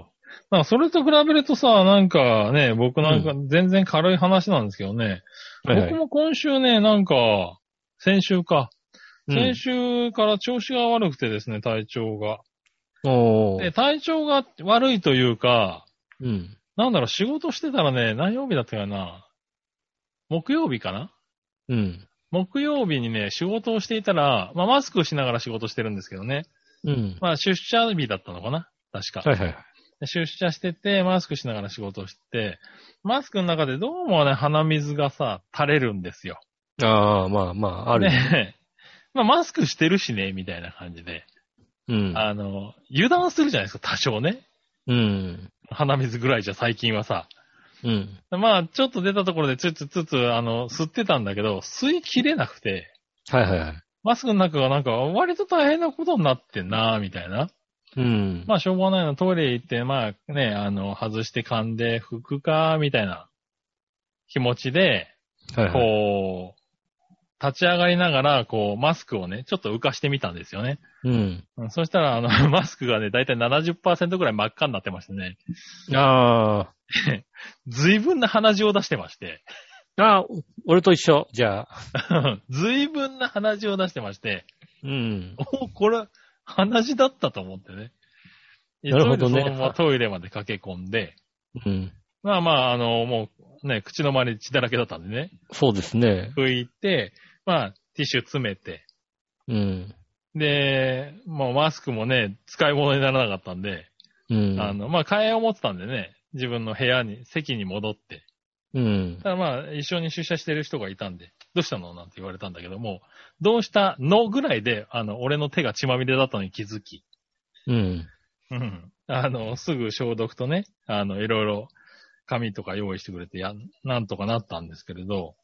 なんかそれと比べるとさ、なんかね、僕なんか全然軽い話なんですけどね。僕も今週ね、なんか、先週から調子が悪くてですね、体調が。で、体調が悪いというか、なんだろう、仕事してたらね、何曜日だったかな。木曜日かな？木曜日にね、仕事をしていたら、まあマスクしながら仕事してるんですけどね。まあ出社日だったのかな？確か。出社してて、マスクしながら仕事をしてて、マスクの中でどうもね、鼻水がさ、垂れるんですよ。 ああ、まあまあ、あるね。まあマスクしてるしね、みたいな感じで。油断するじゃないですか、多少ね。鼻水ぐらいじゃ最近はさ。まあ、ちょっと出たところでつつ、吸ってたんだけど、吸い切れなくて。マスクの中がなんか、割と大変なことになってんな、みたいな。まあ、しょうがないの、トイレ行って、まあね、外して噛んで拭くか、みたいな気持ちで、こう、立ち上がりながら、こう、マスクをね、ちょっと浮かしてみたんですよね。そしたら、マスクがね、だいたい 70% ぐらい真っ赤になってましてね。随分な鼻血を出してまして。 俺と一緒、じゃあ。随分な鼻血を出してまして。これ、鼻血だったと思ってね。 なるほどね。 そのままトイレまで駆け込んで。まあまあ、もうね、口の周り血だらけだったんでね。 そうですね。 拭いて、まあ、ティッシュ詰めて。で、もうマスクもね、使い物にならなかったんで。まあ、替えを持ってたんでね。自分の部屋に、席に戻って。ただまあ、一緒に出社してる人がいたんで、どうしたのなんて言われたんだけども、どうしたのぐらいで、俺の手が血まみれだったのに気づき。すぐ消毒とね、いろいろ紙とか用意してくれて、なんとかなったんですけれど。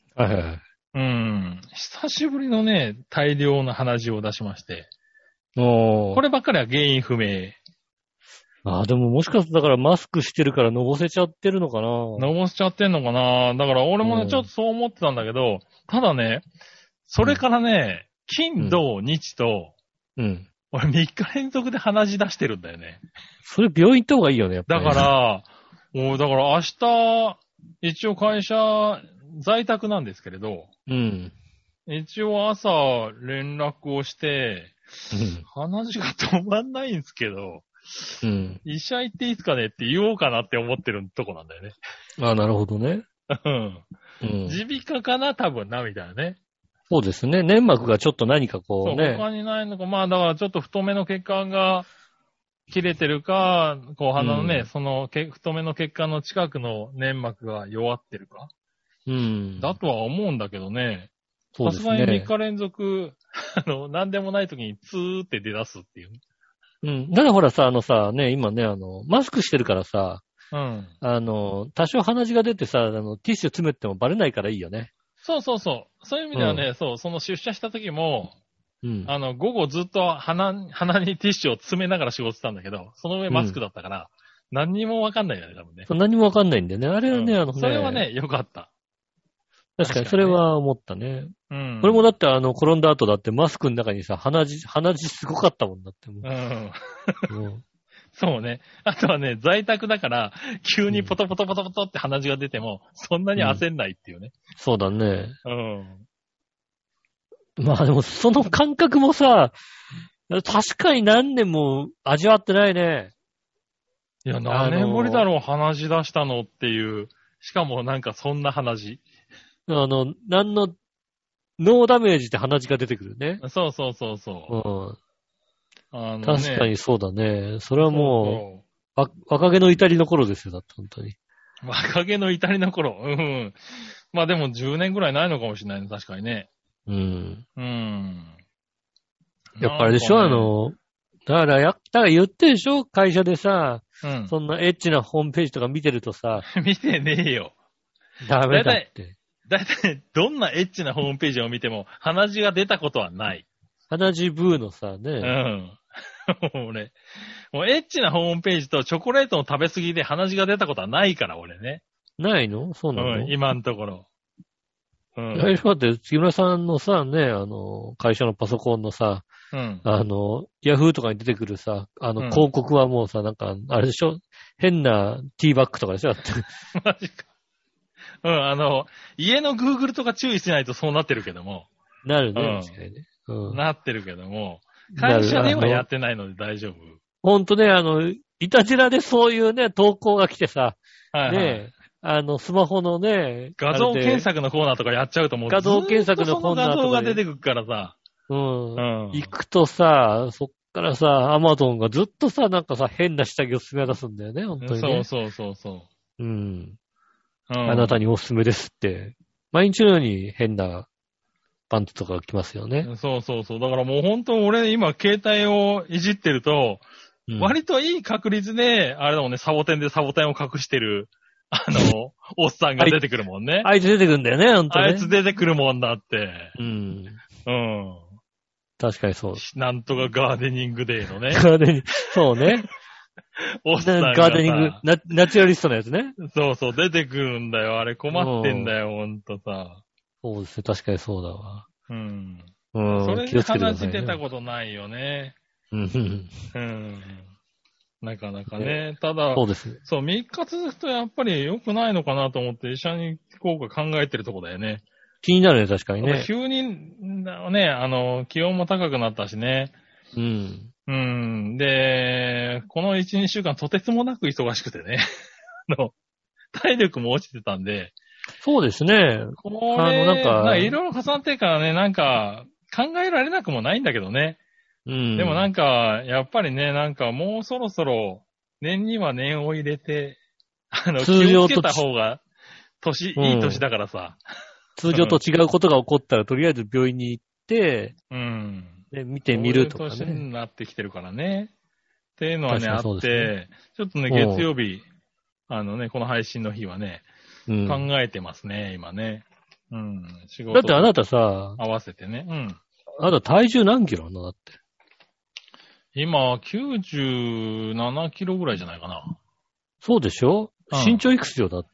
久しぶりのね、大量の鼻血を出しまして。こればっかりは原因不明。 でももしかしたらだからマスクしてるからのぼせちゃってるのかな？ のぼせちゃってんのかな？だから俺もね、ちょっとそう思ってたんだけど、ただね、それからね、金、土、日と、俺3日連続で鼻血出してるんだよね。 それ病院行った方がいいよね、やっぱり。 だから明日、一応会社、在宅なんですけれど、一応朝連絡をして、鼻血が止まんないんですけど、医者行っていいですかねって言おうかなって思ってるとこなんだよね。 なるほどね。 耳鼻科かな多分な、みたいなね。 そうですね。粘膜がちょっと何かこうね。 他にないのか。まあだからちょっと太めの血管が切れてるか、こう鼻のね、その太めの血管の近くの粘膜が弱ってるか。だとは思うんだけどね。さすがに3日連続、なんでもない時にツーって出だすっていう。 だからほらさ、今ね、マスクしてるからさ、多少鼻血が出てさ、ティッシュ詰めてもバレないからいいよね。 そう。そういう意味ではね、その出社した時も、午後ずっと鼻にティッシュを詰めながら仕事したんだけど、その上マスクだったから、何にもわかんないよね、多分ね。 何もわかんないんだよね。あれはね、 それはね、よかった。 確かに、それは思ったね。俺もだって、転んだ後だってマスクの中にさ、鼻血すごかったもんだって。 そうね。あとはね、在宅だから、急にポトポトポトポトって鼻血が出ても、そんなに焦んないっていうね。 そうだね。まあでも、その感覚もさ、確かに何年も味わってないね。 いや、何年ぶりだろう、鼻血出したのっていう。しかもなんかそんな鼻血。 何の、ノーダメージで鼻血が出てくるね。 そう。 確かにそうだね。それはもう、若気の至りの頃ですよ、だって本当に。 若気の至りの頃。まあでも10年ぐらいないのかもしれないね、確かにね。 やっぱりでしょ、だから言ってるでしょ会社でさ、そんなエッチなホームページとか見てるとさ。 見てねえよ。 ダメだって。 だいたいどんなエッチなホームページを見ても鼻血が出たことはない。 鼻血ブーのさ、ね。 俺、もうエッチなホームページとチョコレートの食べ過ぎで鼻血が出たことはないから、俺ね。 ないの？そうなの？ 今のところ。 だって杉村さんのさ、ね、会社のパソコンのさ、ヤフーとかに出てくるさ、広告はもうさ、なんか、あれでしょ？変なティーバッグとかでしょ？だって。 マジか。家の Google とか注意しないとそうなってるけども。 なるね、確かにね。 なってるけども、会社ではやってないので大丈夫。 ほんとね、いたじらでそういうね、投稿が来てさ、ね、スマホのね、 画像検索のコーナーとかやっちゃうともう、 画像検索のコーナーとか。 画像が出てくるからさ。 行くとさ、そっからさ、アマゾンがずっとさ、なんかさ、変な下着を勧め出すんだよね、本当にね。 そう。 あなたにおすすめですって。毎日のように変なパンツとか来ますよね。 そう。だからもう本当俺今携帯をいじってると、割といい確率で、あれだもんね、サボテンでサボテンを隠してる、おっさんが出てくるもんね。 あいつ出てくるんだよね、ほんとね。 あいつ出てくるもんだって。 確かにそう。 なんとかガーデニングデーのね。 ガーデニング、そうね。 おっさんがガーデニング、ナチュラリストのやつね。 そう、出てくるんだよ。あれ困ってんだよ、ほんとさ。 そうですね、確かにそうだわ。 それで鼻血出たことないよね。なかなかね。ただ、 そうですね。 そう、3日続くとやっぱり良くないのかなと思って医者に行こうか考えてるとこだよね。 気になるね、確かにね。 急に、ね、気温も高くなったしね。で、この1、2週間とてつもなく忙しくてね。体力も落ちてたんで。 そうですね。 これ、いろいろ重なってからね、なんか、考えられなくもないんだけどね。でもなんか、やっぱりね、なんかもうそろそろ、念には念を入れて、気をつけた方が、いい年だからさ。 通常と違うことが起こったら、とりあえず病院に行って、で見てみるとかね。 そういう年になってきてるからね。っていうのはね、あって、ちょっとね、月曜日、この配信の日はね、考えてますね、今ね。仕事。 だってあなたさ、 合わせてね。 あなた体重何キロなのだって。 今、97キロぐらいじゃないかな。 そうでしょ？身長いくつよ、だって。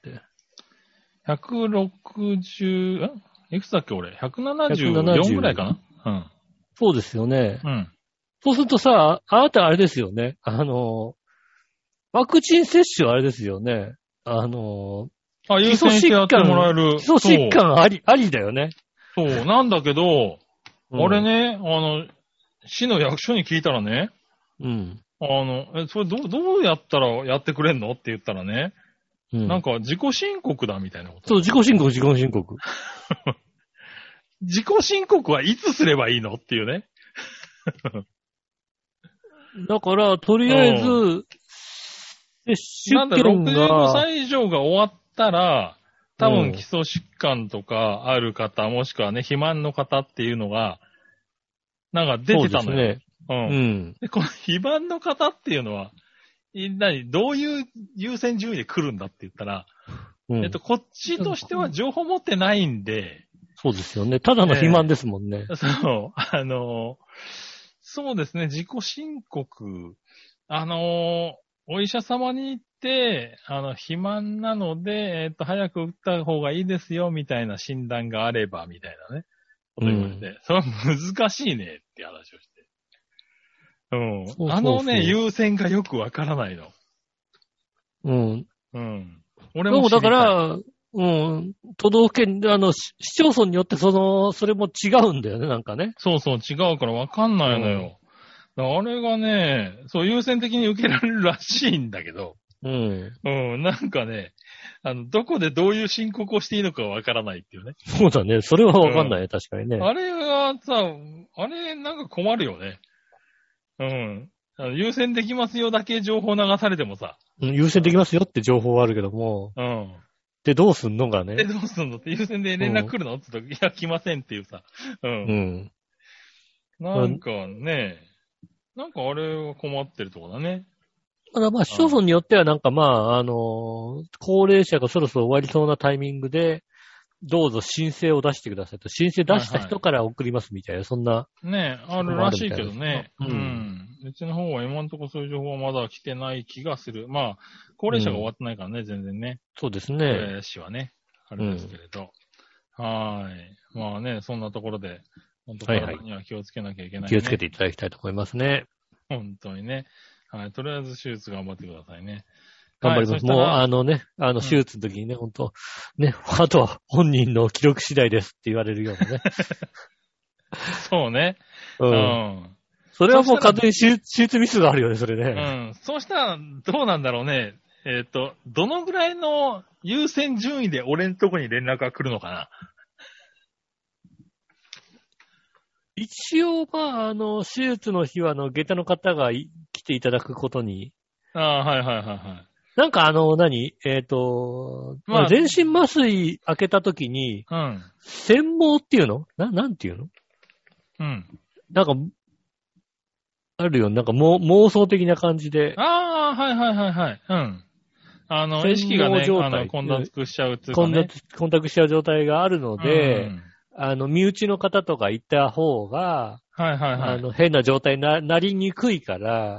160、いくつだっけ俺。174ぐらいかな。 そうですよね。そうするとさ、あなたあれですよね。ワクチン接種はあれですよね。 優先してやってもらえる。 基礎疾患ありだよね。 そう、なんだけど、あれね、市の役所に聞いたらね、それどうやったらやってくれんのって言ったらね、なんか自己申告だみたいなこと。 そう、自己申告。自己申告はいつすればいいのっていうね。 だから、とりあえず、接種券が。 65歳以上が終わったら、多分基礎疾患とかある方、もしくはね、肥満の方っていうのが、なんか出てたのよ。 そうですね。 で、この肥満の方っていうのは、どういう優先順位で来るんだって言ったら、こっちとしては情報持ってないんで。 そうですよね。ただの肥満ですもんね。 そう。そうですね、自己申告。お医者様に行って、肥満なので、早く打った方がいいですよ、みたいな診断があれば、みたいなね。こと言われて、それは難しいね、って話をして。優先がよくわからないの。俺もだから、都道府県、市町村によってそれも違うんだよね、なんかね。 そうそう、違うからわかんないのよ。あれがね、そう優先的に受けられるらしいんだけど。なんかね、どこでどういう申告をしていいのかわからないっていうね。 そうだね。それはわかんないね、確かにね。 あれはさ、なんか困るよね。優先できますよだけ情報流されてもさ。 優先できますよって情報はあるけども。で、どうすんのかね。 どうすんのって優先で連絡来るのって言ったら、いや、来ませんっていうさ。なんかね、なんかあれは困ってるとこだね。 ただまあ、市町村によってはなんかまあ、高齢者がそろそろ終わりそうなタイミングで、どうぞ申請を出してくださいと。申請出した人から送りますみたいな、そんな。 ねあるらしいけどね。うちの方は今のところそういう情報はまだ来てない気がする。まあ、高齢者が終わってないからね、全然ね。 そうですね。 市はね、あれですけれど。はい。まあね、そんなところで、本当体には気をつけなきゃいけないね。 気をつけていただきたいと思いますね。 本当にね。はい。とりあえず手術頑張ってくださいね。 頑張ります。もう手術の時にね、本当ね、あとは本人の記録次第ですって言われるようなね。 そうね。 それはもう完全に手術ミスがあるよね、それね。そうしたら、どうなんだろうね。どのぐらいの優先順位で俺のとこに連絡が来るのかな。 一応、まあ、手術の日は、下駄の方が来ていただくことに。 はいはい。 なんか全身麻酔開けた時に、専門っていうのなんていうのなんか、あるよ。なんか妄想的な感じで。 はい。意識がね、混濁しちゃうっていうかね。 混濁しちゃう状態があるので、身内の方とか行った方が、変な状態になりにくいから、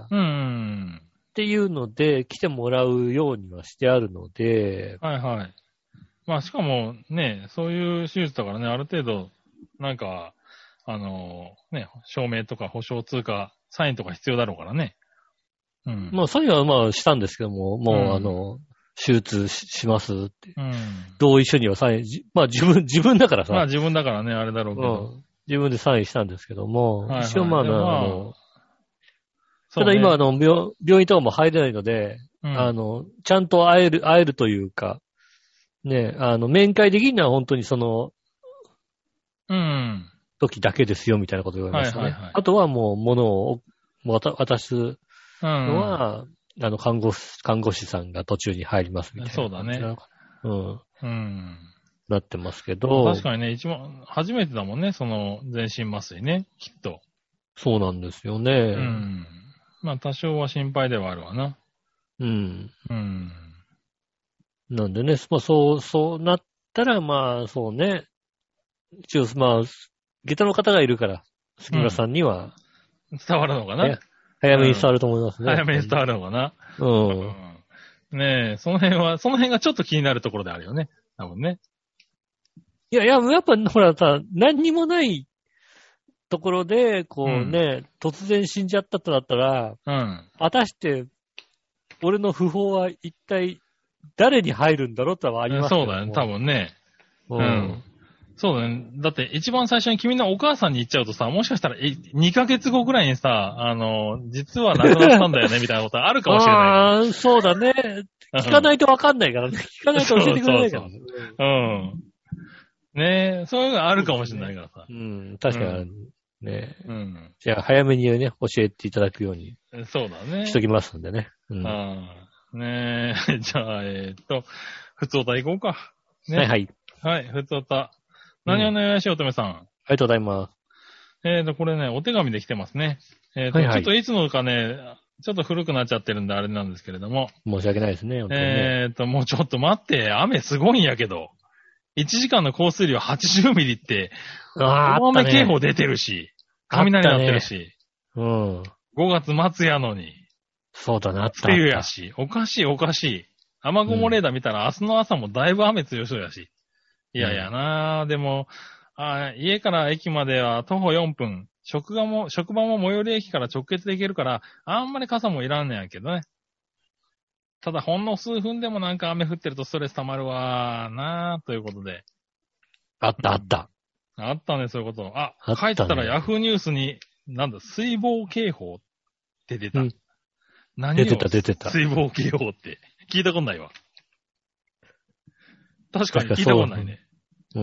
っていうので、来てもらうようにはしてあるので。 まあ、しかもね、そういう手術だからね、ある程度、なんか、ね、証明とか保証通貨、サインとか必要だろうからね。 まあ、サインはまあしたんですけども、もう手術しますって。同意書にはサイン、まあ自分だからさ。 まあ自分だからね、あれだろうけど。 自分でサインしたんですけども、一応まあただ今病院とかも入れないので、ちゃんと会えるというか、ね、面会できるのは本当に時だけですよみたいなことを言われましたね。あとはもう物を渡すのは、看護師さんが途中に入りますみたいな。 そうだね。 なってますけど。 確かにね、初めてだもんね、全身麻酔ね、きっと。 そうなんですよね。 まあ、多少は心配ではあるわな。 なんでね、まあ、そうなったら、まあ、そうね。一応、まあ、下駄の方がいるから、杉村さんには、 伝わるのかな。 早めに伝わると思いますね。 早めに伝わるのかな。ねえ、その辺がちょっと気になるところであるよね。多分ね。 いや、やっぱ、ほらさ、何にもないところで、こうね、突然死んじゃったとなったら、果たして、俺の訃報は一体誰に入るんだろうとはありますよね。 そうだね、多分ね。そうだね。だって一番最初に君のお母さんに言っちゃうとさ、もしかしたら2ヶ月後ぐらいにさ、実は亡くなったんだよね、みたいなことあるかもしれない。 そうだね。聞かないとわかんないからね。聞かないと教えてくれないから。 ねえ、そういうのあるかもしれないからさ。 確かに。 ねうん。 じゃあ、早めにね、教えていただくようにそうだね。 しときますんでね。うん。 ねえ、じゃあ、ふつおた行こうか。ね。 はいはい。 はい、ふつおた。何をお願いしよう、乙女さん。 ありがとうございます。 これね、お手紙で来てますね。 はいはいちょっといつのかね、ちょっと古くなっちゃってるんであれなんですけれども。 申し訳ないですね、本当にね。 もうちょっと待って、雨すごいんやけど。1時間の降水量80ミリって、大雨警報出てるし、雷鳴ってるし、 うん。 5月末やのに。 そうだな、あった。 梅雨やし、おかしいおかしい。雨雲レーダー見たら、明日の朝もだいぶ雨強そうやし。いやいやなぁ、でも、家から駅までは徒歩4分。職場も最寄り駅から直結で行けるから、あんまり傘もいらんねやけどね。ただ、ほんの数分でもなんか雨降ってるとストレス溜まるわなぁ、ということで。 あったあった。 あったね、そういうこと。 あったね、 帰ったらヤフーニュースに、水防警報って出た。何出てた。 水防警報って。聞いたことないわ。確かに聞いたことないね。 うん。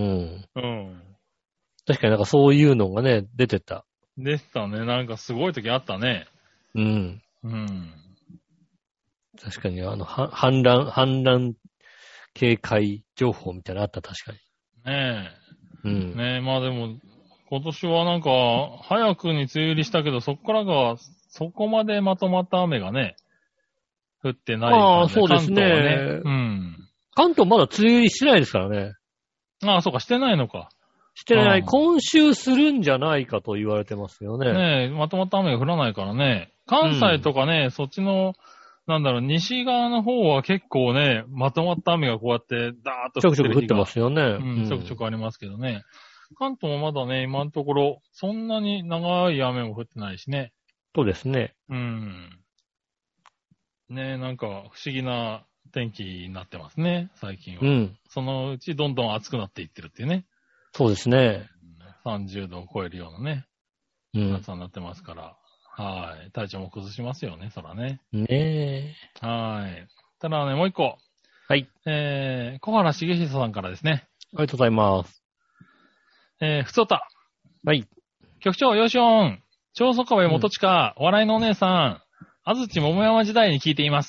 確かになんかそういうのがね、出てた。 出てたね。なんかすごい時あったね。 うん。確かに氾濫警戒情報みたいなのあった、確かに。 ねえ。ねえ、まあでも、今年はなんか、早くに梅雨入りしたけど、そこからが、そこまでまとまった雨がね、降ってない感じで。 そうですね。関東まだ梅雨入りしてないですからね。 そうか、してないのか。 してない。今週するんじゃないかと言われてますよね。 ねえ、まとまった雨が降らないからね。関西とかね、そっちの、西側の方は結構ね、まとまった雨がこうやってダーッとちょくちょく降ってますよね。 ちょくちょくありますけどね。関東もまだね、今のところ、そんなに長い雨も降ってないしね。 そうですね。 ねえ、なんか不思議な天気になってますね、最近は。そのうちどんどん暑くなっていってるっていうね。 そうですね。 30度を超えるようなね、暑さになってますから。はい。体調も崩しますよね、そらね。 ねえ。 はい。ただね、もう一個。 はい。 小原茂久さんからですね。 ありがとうございます。 ふつおた。 はい。 局長、よしおん。長宗我部元親、お笑いのお姉さん。安土桃山時代に聞いています。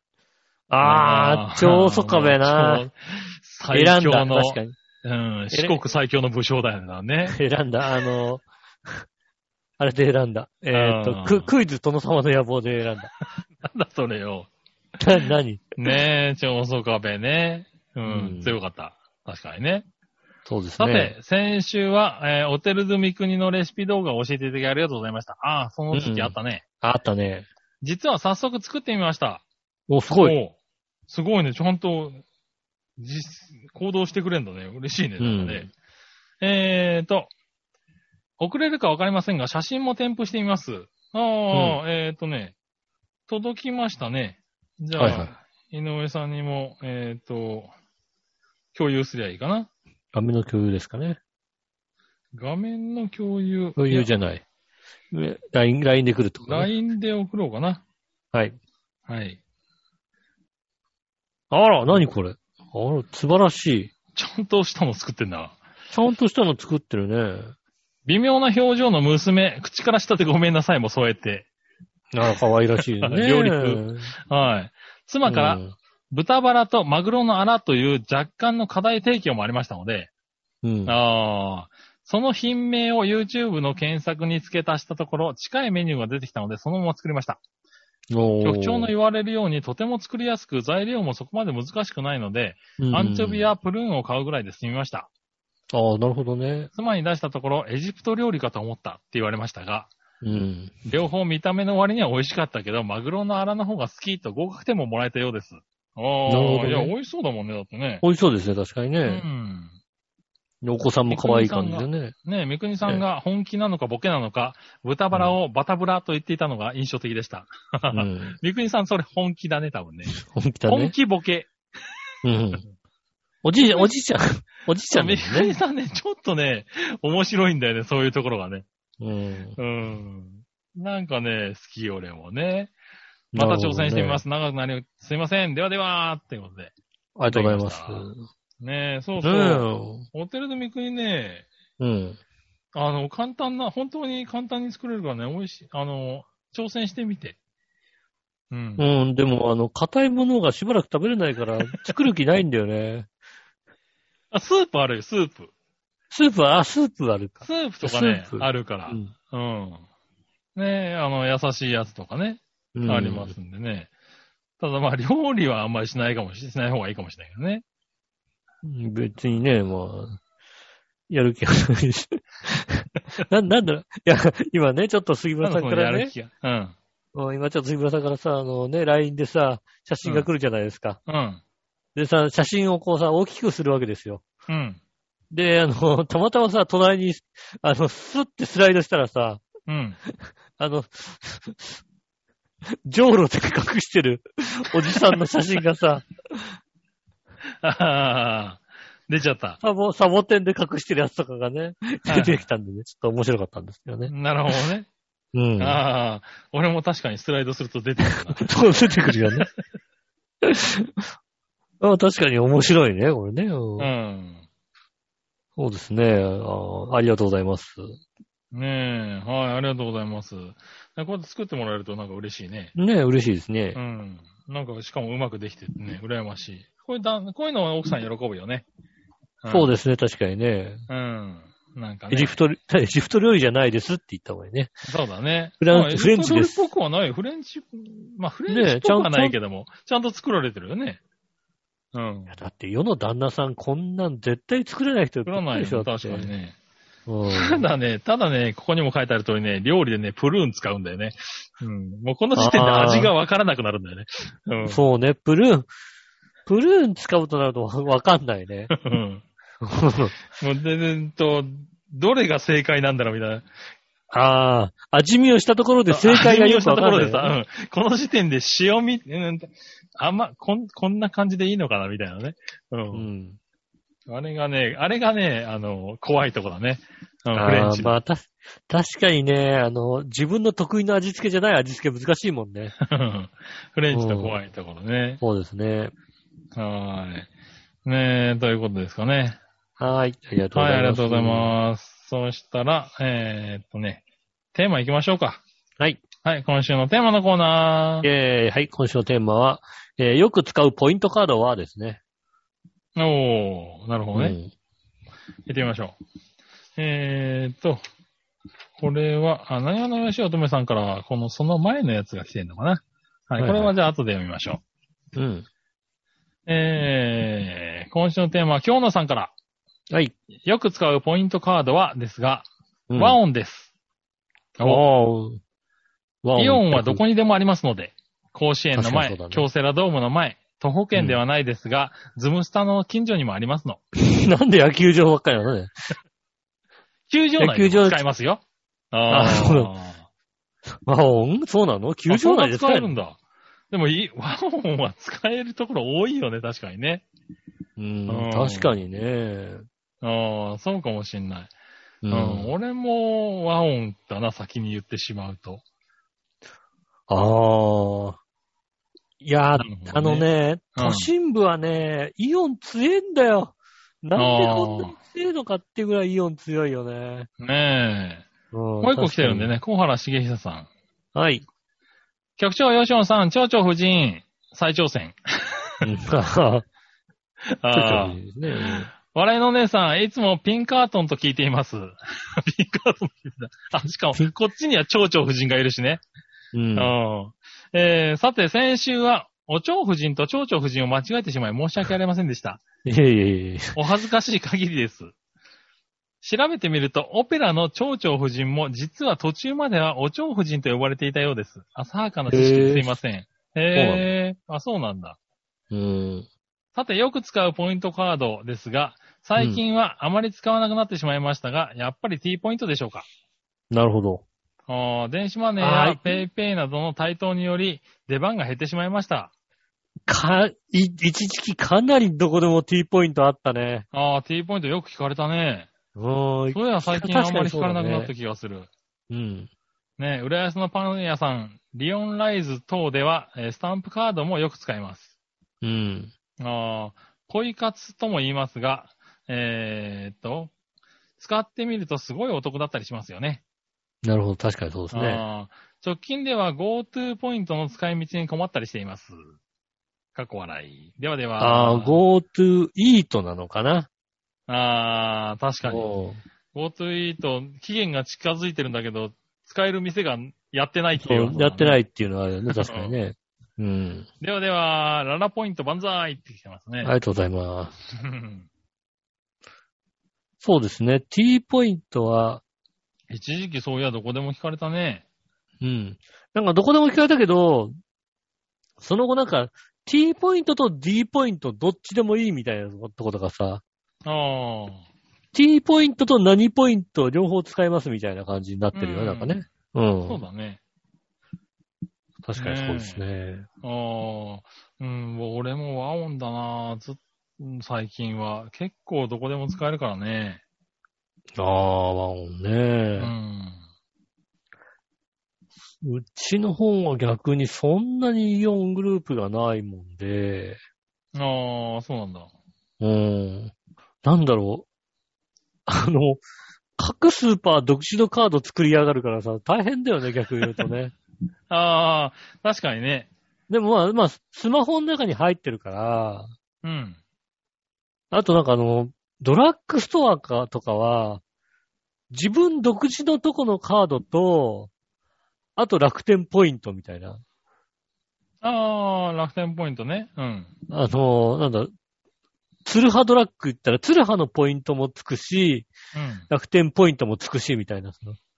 長宗我部な。 最強の。 確かに。 四国最強の武将だよね。 選んだ。あれで選んだ。クイズ殿様の野望で選んだ。 なんだそれよ。 何ねえ、長宗我部ね。強かった。確かにね。 そうですね。 さて、先週は、おてるずみくにのレシピ動画を教えていただきありがとうございました。その時期あったね。 あったね。 実は早速作ってみました。 すごい。 すごいね。ちゃんと、行動してくれんだね。嬉しいね。なんかね。送れるかわかりませんが、写真も添付してみます。届きましたね。じゃあ、井上さんにも、共有すりゃいいかな。 画面の共有ですかね。 画面の共有。 共有じゃない。LINE で来るってこと、ね、 LINE で送ろうかな。 はい。 はい。 あら、何これ。素晴らしい。 ちゃんとしたの作ってんな。 ちゃんとしたの作ってるね。 微妙な表情の娘、口から下でごめんなさいも添えて。 可愛らしいね。 両立。はい。妻から、豚バラとマグロのアラという若干の課題提供もありましたので、その品名を YouTube の検索に付け足したところ、近いメニューが出てきたので、そのまま作りました。局長の言われるようにとても作りやすく、材料もそこまで難しくないので、アンチョビやプルーンを買うぐらいで済みました。 なるほどね。 妻に出したところ、エジプト料理かと思ったって言われましたが、両方見た目の割には美味しかったけど、マグロのアラの方が好きと合格点ももらえたようです。いや、美味しそうだもんね、だってね。 美味しそうですね、確かにね。お子さんも可愛い感じでね。 三國さんが本気なのかボケなのか、豚バラをバタブラと言っていたのが印象的でした。三國さん、それ本気だね、多分ね。 本気だね。 本気ボケ。 おじいちゃんね。 三國さんね、ちょっとね、面白いんだよね、そういうところがね。なんかね、好き俺もね。また挑戦してみます。長くなり、すいません。ではでは、ってことで。 ありがとうございます。 ねえ、そうそう。ホテルの三国ね、 本当に簡単に作れるからね、美味しい。挑戦してみて。 うん。でも、硬いものがしばらく食べれないから、作る気ないんだよね。 スープあるよ、スープ。 スープあるか。 スープとかね、あるから。うん。ね優しいやつとかね、ありますんでね。ただまあ、料理はあんまりしない方がいいかもしれないけどね。 別にね、まあ、やる気がないし。なんだろう。いや、今ね、ちょっと杉村さんからね。今ちょっと杉村さんからさ、LINE でさ、写真が来るじゃないですか。でさ、写真をこうさ、大きくするわけですよ。で、たまたまさ、隣に、スッてスライドしたらさ、じょうろで隠してるおじさんの写真がさ、 出ちゃった。 サボテンで隠してるやつとかがね、出てきたんでね、ちょっと面白かったんですけどね。 なるほどね。俺も確かにスライドすると出てくるな。 そう、出てくるよね。確かに面白いね、これね。そうですね。ありがとうございます。 ねえ、はい、ありがとうございます。こうやって作ってもらえるとなんか嬉しいね。 ねえ、嬉しいですね。 なんか、しかもうまくできててね、羨ましい。こういうのは奥さん喜ぶよね。 そうですね、確かにね。 なんかね。 エジプト料理じゃないですって言った方がいいね。 そうだね。 フレンチです。 エジプト料理っぽくはない。フレンチっぽくはないけども、ちゃんと作られてるよね。 だって世の旦那さんこんなん絶対作れない人作らないでしょ、確かにね。ただね、ここにも書いてある通りね、料理でね、プルーン使うんだよね。もうこの時点で味がわからなくなるんだよね。 そうね、プルーン使うとなるとわかんないね。 もう全然どれが正解なんだろうみたいな。味見をしたところで正解がよくわかんない、ね。 味見をしたところでさ、この時点で塩味、こんな感じでいいのかなみたいなね。あれがね、怖いとこだね。フレンチ。 まあ、確かにね、自分の得意な味付けじゃない味付け難しいもんね。 フレンチの怖いところね。 そうですね。 はい。ねえ、ということですかね。 はい。ありがとうございます。はい、 ありがとうございます。そうしたら、テーマ行きましょうか。 はい。 はい、今週のテーマのコーナー。 はい、今週のテーマは、よく使うポイントカードはですね。 なるほどね。行ってみましょう。これは、何話のよしおとめさんからは、その前のやつが来てるのかな。はい、これはじゃあ後で読みましょう。 今週のテーマは、京野さんから。 はい。 よく使うポイントカードは、ですが、和音です。イオンはどこにでもありますので、甲子園の前、京セラドームの前、徒歩圏ではないですが、ズムスタの近所にもありますの。 なんで野球場ばっかりなのね。 球場内で使いますよ。 そうなの。和音そうなの球場内で使えるんだ。でも和音は使えるところ多いよね、確かにね。 確かにね。 そうかもしんない。俺も和音だな、先に言ってしまうと。 いや、都心部はね、イオン強いんだよ。なんでこんなに強いのかっていうぐらいイオン強いよね。 ねえ。もう一個来てるんでね、小原茂久さん。 はい。 局長、吉野さん、町長夫人、再挑戦。笑いのお姉さん、いつもピンカートンと聞いています。ピンカートン聞いてた。しかも、こっちには町長夫人がいるしね。さて、先週は、お蝶夫人と町長夫人を間違えてしまい申し訳ありませんでした。お恥ずかしい限りです。調べてみると、オペラの町長夫人も実は途中まではお蝶夫人と呼ばれていたようです。浅はかな知識ですいません。そうなんだ。さて、よく使うポイントカードですが、最近はあまり使わなくなってしまいましたが、やっぱり T ポイントでしょうか。 なるほど。 電子マネーやペイペイなどの台頭により出番が減ってしまいました。 一時期かなりどこでも T ポイントあったね。 T ポイントよく聞かれたね。そういえば最近あんまり聞かれなくなった気がする。ね、浦安のパン屋さん、リオンライズ等では、スタンプカードもよく使います。ポイ活とも言いますが、 使ってみるとすごいお得だったりしますよね。 なるほど、確かにそうですね。 直近では GoTo ポイントの使い道に困ったりしています。過去笑い。ではでは。 GoTo イートなのかな。 確かに。GoTo イート、期限が近づいてるんだけど、使える店がやってないっていう、 ね。やってないっていうのはあるよね、確かにね。うん。 ではでは、ララポイント万歳って来てますね。 ありがとうございます。そうですね。T ポイントは、 一時期そういやどこでも聞かれたね。 うん。なんかどこでも聞かれたけど、その後なんか T ポイントと D ポイントどっちでもいいみたいなとことかさ。T ポイントと何ポイント両方使えますみたいな感じになってるよ、なんかね。うん。 そうだね。 確かにそうですね。 俺も和音だな最近は。結構どこでも使えるからね。 和音ね。うちの方は逆にそんなにイオングループがないもんで。 そうなんだ。 なんだろう。各スーパー独自のカード作りやがるからさ、大変だよね、逆に言うとね。 確かにね。 でもまあ、スマホの中に入ってるから、あとなんかドラッグストアとかは、自分独自のとこのカードと、あと楽天ポイントみたいな。 楽天ポイントね。 なんだ、ツルハドラッグ行ったら、ツルハのポイントもつくし、楽天ポイントもつくし、みたいな。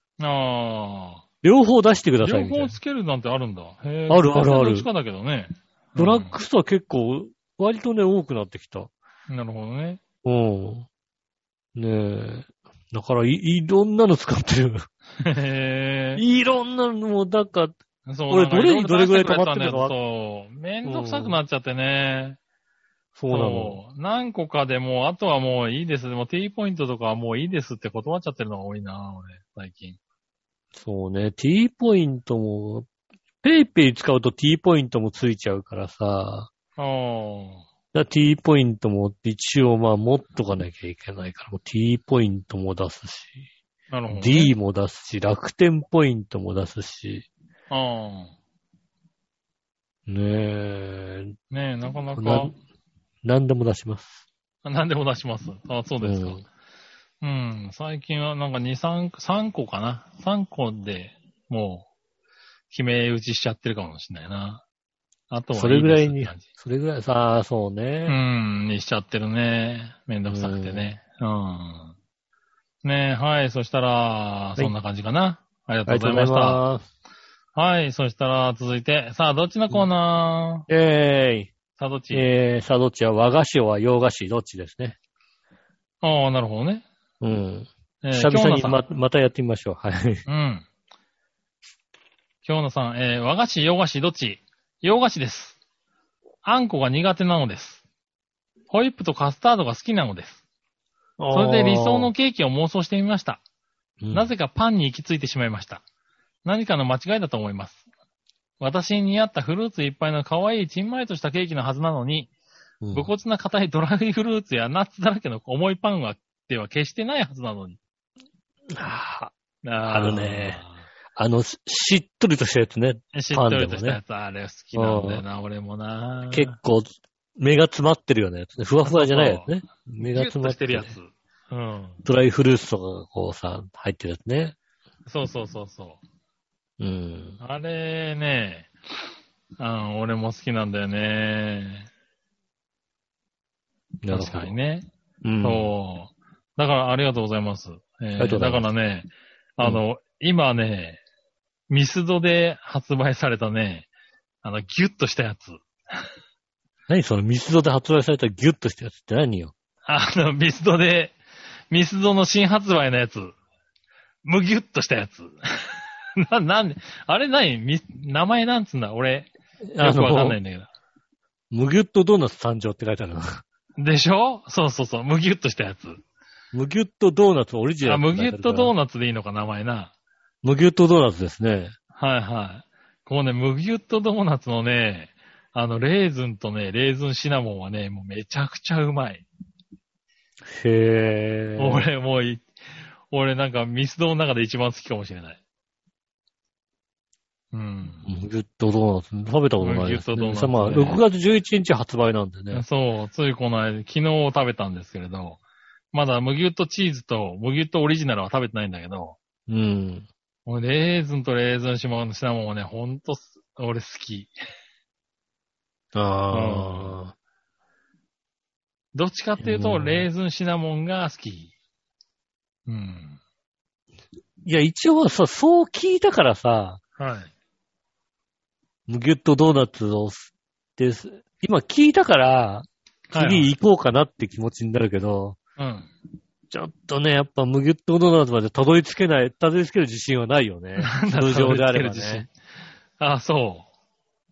両方出してくださいみたいな。 両方つけるなんてあるんだ。 ある。 どっちかだけどね。 ドラッグストア結構、割とね、多くなってきた。 なるほどね。 ねえ。だから、いろんなの使ってる。いろんなのも、だから、俺どれにどれぐらい溜まってるのか。 そう。めんどくさくなっちゃってね。 そうなの。 何個かでもう、あとはもういいです。もう T ポイントとかはもういいですって断っちゃってるのが多いな、俺、最近。 そうね。T ポイントも、ペイペイ使うと T ポイントもついちゃうからさ。T ポイントも一応持っとかなきゃいけないから、もう T ポイントも出すし。 なるほど、ね。 D も出すし、楽天ポイントも出すし。ねえ。 ねえ、なかなか。 何でも出します。 何でも出します。そうですか。最近はなんか3個かな。3個でもう、決め打ちしちゃってるかもしれないな。あとはそれぐらいに、さ、そうね。 にしちゃってるね。めんどくさくてね。ねえ、はい。そしたら、そんな感じかな。ありがとうございました。はい。そしたら、続いて、さあ、どっちのコーナーさあ、どっちさあ、どっちは和菓子は洋菓子、どっちですね。 なるほどね。 久々にまたやってみましょう。はい。 京野さん、和菓子、洋菓子、どっち？洋菓子です。あんこが苦手なのです。ホイップとカスタードが好きなのです。それで理想のケーキを妄想してみました。なぜかパンに行き着いてしまいました。何かの間違いだと思います。私に似合ったフルーツいっぱいの可愛いちんまりとしたケーキのはずなのに、武骨な硬いドライフルーツやナッツだらけの重いパンでは決してないはずなのに。 ね。しっとりとしたやつね。 しっとりとしたやつ、あれ好きなんだよな、俺もな。 結構、目が詰まってるようなやつね。ふわふわじゃないやつね。目が詰まってるやつ。 ドライフルーツとかがこうさ、入ってるやつね。 そう。あれね、俺も好きなんだよね。確かにね。そう。だからありがとうございます。だからね、今ね、ミスドで発売されたね、ギュッとしたやつ。 何そのミスドで発売されたギュッとしたやつって何よ？ ミスドの新発売のやつ。むぎゅっとしたやつ。あれ名前なんつうんだ俺、よくわかんないんだけど。 むぎゅっとドーナツ誕生って書いてあるな。 でしょ？そう。むぎゅっとしたやつ。 むぎゅっとドーナツオリジナル。 むぎゅっとドーナツでいいのか、名前な。 むぎゅっとドーナツですね。 はい。こうね、むぎゅっとドーナツのね、レーズンとね、レーズンシナモンはね、もうめちゃくちゃうまい。 へぇー。 俺もう、 俺なんかミスドの中で一番好きかもしれない。うん。 ムギュットドーナツ食べたことないですね。ムギュットドーナツ、ね。まあ、6月11日発売なんでね。 そう、ついこの間、昨日食べたんですけれど、まだムギュットチーズとムギュットオリジナルは食べてないんだけど、 うん。 レーズンとレーズンシナモンはね、ほんと、俺好き。 ああ、 どっちかっていうと、レーズンシナモンが好き。うん。 いや、一応さ、そう聞いたからさ、 はい。 ムギュットドーナツをです。今聞いたから、次行こうかなって気持ちになるけど、 うん。 ちょっとね、やっぱムギュットドーナツまでたどり着ける自信はないよね。通常であればね。 あ、そう。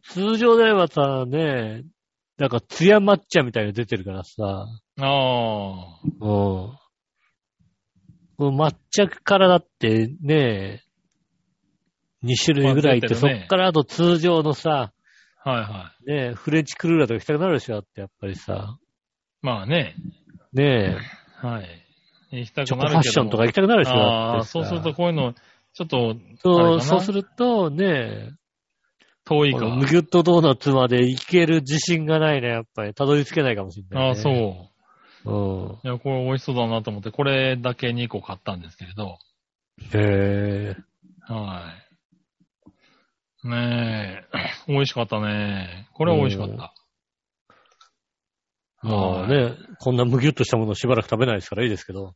通常であればさ、ね、なんかツヤ抹茶みたいに出てるからさ。 ああ。 うん。この抹茶からだってね、2種類ぐらいって、そっからあと通常のさ、 はいはい。 ねえ、フレンチクルーラーとか行きたくなるでしょ、だってやっぱりさ。 まあね。 ねえ。はい。行きたくなるけど。 チョコファッションとか行きたくなるでしょ、 ああ、そうするとこういうの、ちょっと、 そうすると、ね遠いか。 ムギュットドーナツまで行ける自信がないね、やっぱり。たどり着けないかもしれない、ね。 ああ、そう。 うん。 いや、これ美味しそうだなと思って、これだけ2個買ったんですけれど。 へえ。 はい。ねえ、美味しかったね。これ美味しかった。 まあね、こんなムギュッとしたものをしばらく食べないですからいいですけど。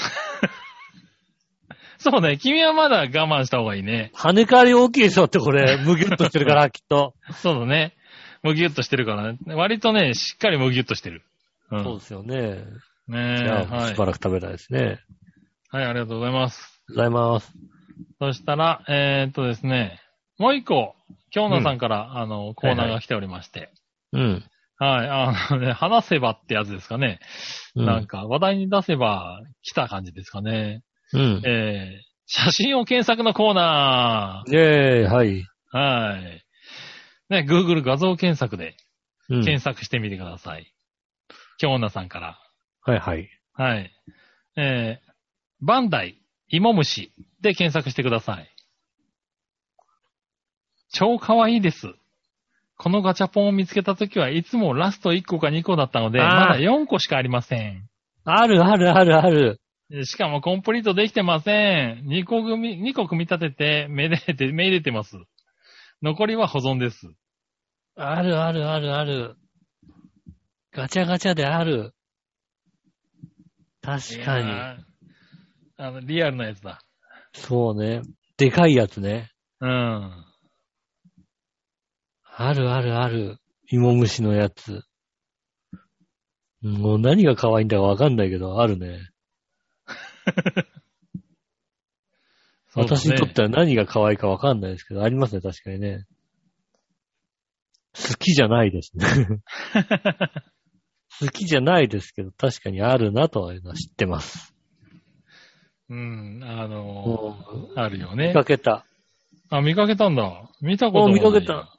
そうね、君はまだ我慢した方がいいね。 跳ね返り大きいでしょってこれ、ムギュッとしてるから、きっと。 そうだね。ムギュッとしてるからね。割とね、しっかりムギュッとしてる。 うん、そうですよね。 ねえ。 じゃあ、はい、しばらく食べないですね。 はい、ありがとうございます。 ありがとうございます。 そしたら、ですね、もう一個、京奈さんから、コーナーが来ておりまして。 うん。 はい、ね、話せばってやつですかね。うん、なんか、話題に出せば来た感じですかね。 うん。 写真を検索のコーナー。 はい。 はい。ね、Google 画像検索で検索してみてください。京奈さんから。 はいはい。 はい。バンダイ、芋虫で検索してください。超かわいいです。このガチャポンを見つけたときはいつもラスト1個か2個だったので、まだ4個しかありません。 ある。 しかもコンプリートできてません。2個組み立てて、めでてます。残りは保存です。 ある。ガチャガチャである。確かに。リアルなやつだ。 そうね。でかいやつね。 うん。 ある。芋虫のやつ。もう何が可愛いんだかわかんないけど、あるね。私にとっては何が可愛いかわかんないですけど、ありますね、確かにね。好きじゃないですね。好きじゃないですけど、確かにあるなというのは知ってます。 うん、あるよね。 見かけた。 あ、見かけたんだ。見たことない。 見かけた。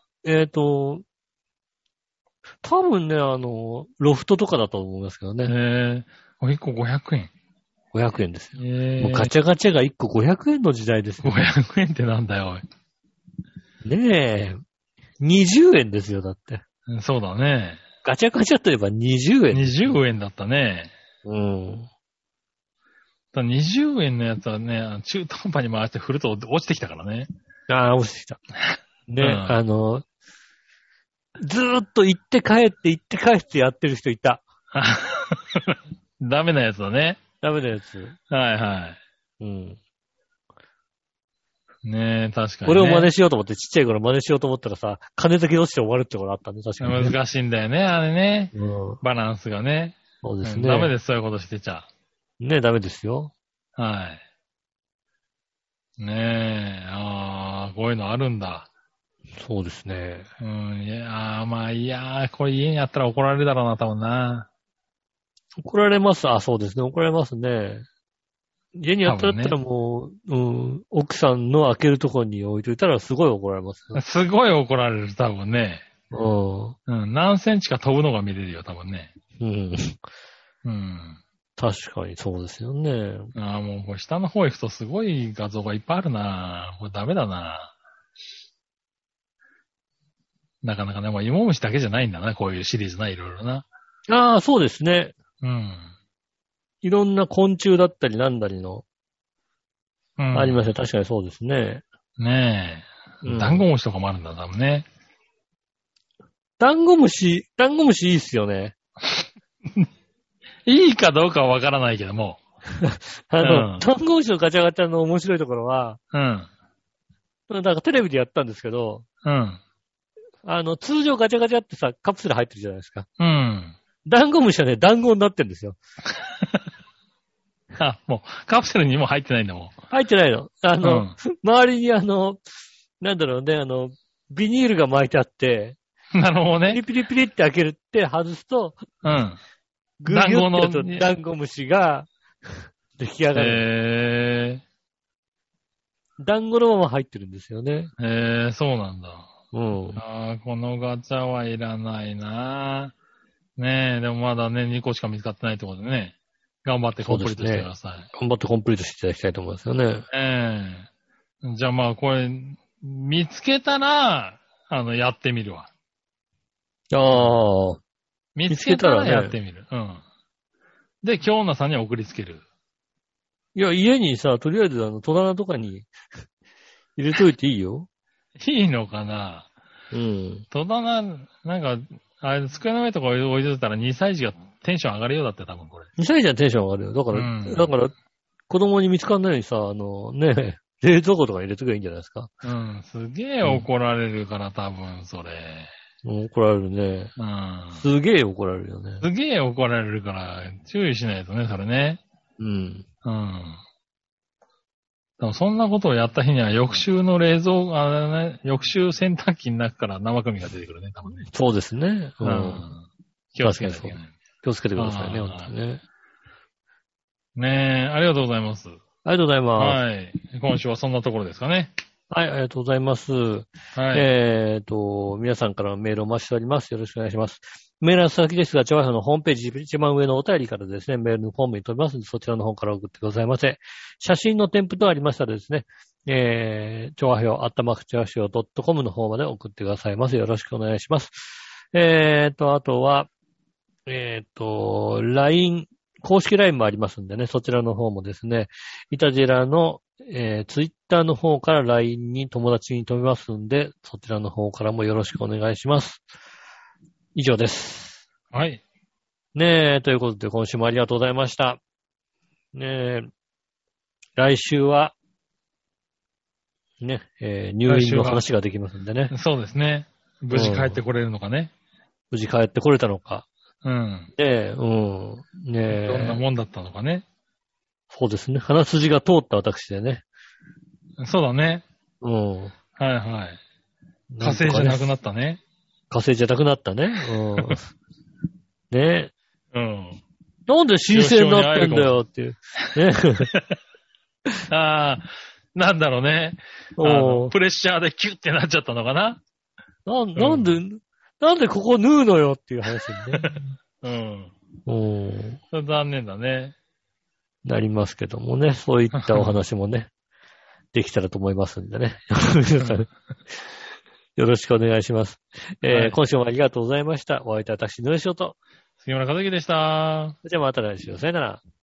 多分ね、ロフトとかだと思いますけどね。 1個500円。 500円ですよ。もうガチャガチャが1個500円の時代ですよ、 ね。500円ってなんだよ、おい。 ねえ。20円ですよ、だって。 そうだね。 ガチャガチャといえば20円。 20円だったね。 うん。 20円のやつはね、中途半端に回して振ると落ちてきたからね。 ああ、落ちてきた。ね、ずーっと行って帰ってやってる人いた。 ダメなやつだね。 ダメなやつ。 はいはい。うん。ねえ、確かに、ね。 これを真似しようと思って、ちっちゃい頃真似しようと思ったらさ、金だけ落ちて終わるってことあったんで、確かに、 ね。難しいんだよね、あれね。 うん。 バランスがね。 そうですね。 ダメです、そういうことしてちゃ。 ねえ、ダメですよ。 はい。ねえ、こういうのあるんだ。 そうですね。 うん、これ家にあったら怒られるだろうな、多分な。 怒られます。そうですね、怒られますね。家にあったらもう、奥さんの開けるところに置いといたらすごい怒られます。 すごい怒られる、多分ね。 うん。 何センチか飛ぶのが見れるよ、多分ね。 うん。 うん。 確かにそうですよね。 ああ、もうこれ下の方行くとすごい画像がいっぱいあるな。これダメだな。なかなかね、まあ、芋虫だけじゃないんだな、こういうシリーズな、いろいろな。 ああ、そうですね。 うん。 いろんな昆虫だったりなんだりの、 うん、 ありますね。確かにそうですね。 ねえ。 うん、 ダンゴムシとかもあるんだ、多分ね。 ダンゴムシいいっすよね。 いいかどうかはわからないけども。 ダンゴムシのガチャガチャの面白いところは、 うん。 なんかテレビでやったんですけど、 うん。 通常ガチャガチャってさ、カプセル入ってるじゃないですか。 うん。 ダンゴムシはね、団子になってるんですよ。 あ、もう、カプセルにも入ってないんだもん。 入ってないの。周りになんだろうね、ビニールが巻いてあって、 なるほどね。 ピリピリピリって開けるって外すと、 うん。 グギュッとダンゴムシが出来上がる。団子のまま入ってるんですよね。 そうなんだ。 うん。 ああ、このガチャはいらないな。ねえ、でもまだね、2個しか見つかってないってことでね。頑張ってコンプリートしてください。ね、 頑張ってコンプリートしていただきたいと思いますよね。 じゃあまあこれ、見つけたら、やってみるわ。 ああ。 見つけたらやってみる。うん。で、京奈さんに送りつける。 いや、家にさ、とりあえず戸棚とかに入れといていいよ。 いいのかな？ うん。 戸棚、なんか、あれ、机の上とか置いてたら2歳児がテンション上がるようだって多分これ。 2歳児はテンション上がるよ。だから、子供に見つかんないようにさ、ね、冷蔵庫とか入れとけばいいんじゃないですか。 うん、すげえ怒られるから、多分、それ。 怒られるね。 うん。 すげえ怒られるよね。 すげえ怒られるから、注意しないとね、それね。 うん。 うん。でもそんなことをやった日には、翌週の翌週洗濯機の中から生首が出てくるね、多分ね。 そうですね。 うん。気をつけてくださいね。 気をつけてくださいね、本当にね。 ねえ、ありがとうございます。 ありがとうございます。 はい。今週はそんなところですかね。 はい、ありがとうございます。はい。皆さんからのメールをお待ちしております。よろしくお願いします。メールの先ですが、調和表のホームページ一番上のお便りからですね、メールのフォームに飛びますので、そちらの方から送ってくださいませ。写真の添付とありましたらですね、調和表、@調和表.com の方まで送ってくださいませ。よろしくお願いします。あとは、LINE、公式 LINE もありますんでね、そちらの方もですね、イタジェラの、Twitter の方から LINE に友達に飛びますんで、そちらの方からもよろしくお願いします。以上です。 はい。 ねえ、ということで今週もありがとうございました。ねえ、来週は、ね、入院の話ができますんでね。 そうですね。無事帰ってこれるのかね。 無事帰ってこれたのか。 うん。 ねえ、ねえ。 どんなもんだったのかね。 そうですね。鼻筋が通った私でね。 そうだね。 うん。 はいはい。火星じゃなくなったね。 火星じゃなくなったね。うん。ねえ。うん。 なんで新鮮になってんだよっていう。ね。 ああ、なんだろうね。プレッシャーでキュッてなっちゃったのかな。 なんでここ縫うのよっていう話ね。 うん。残念だね。 なりますけどもね。そういったお話もね、できたらと思いますんでね。よろしくお願いします。今週もありがとうございました。お会いいたい私、ぬれしおと。 杉村和樹でした。 じゃあまた来週。さよなら。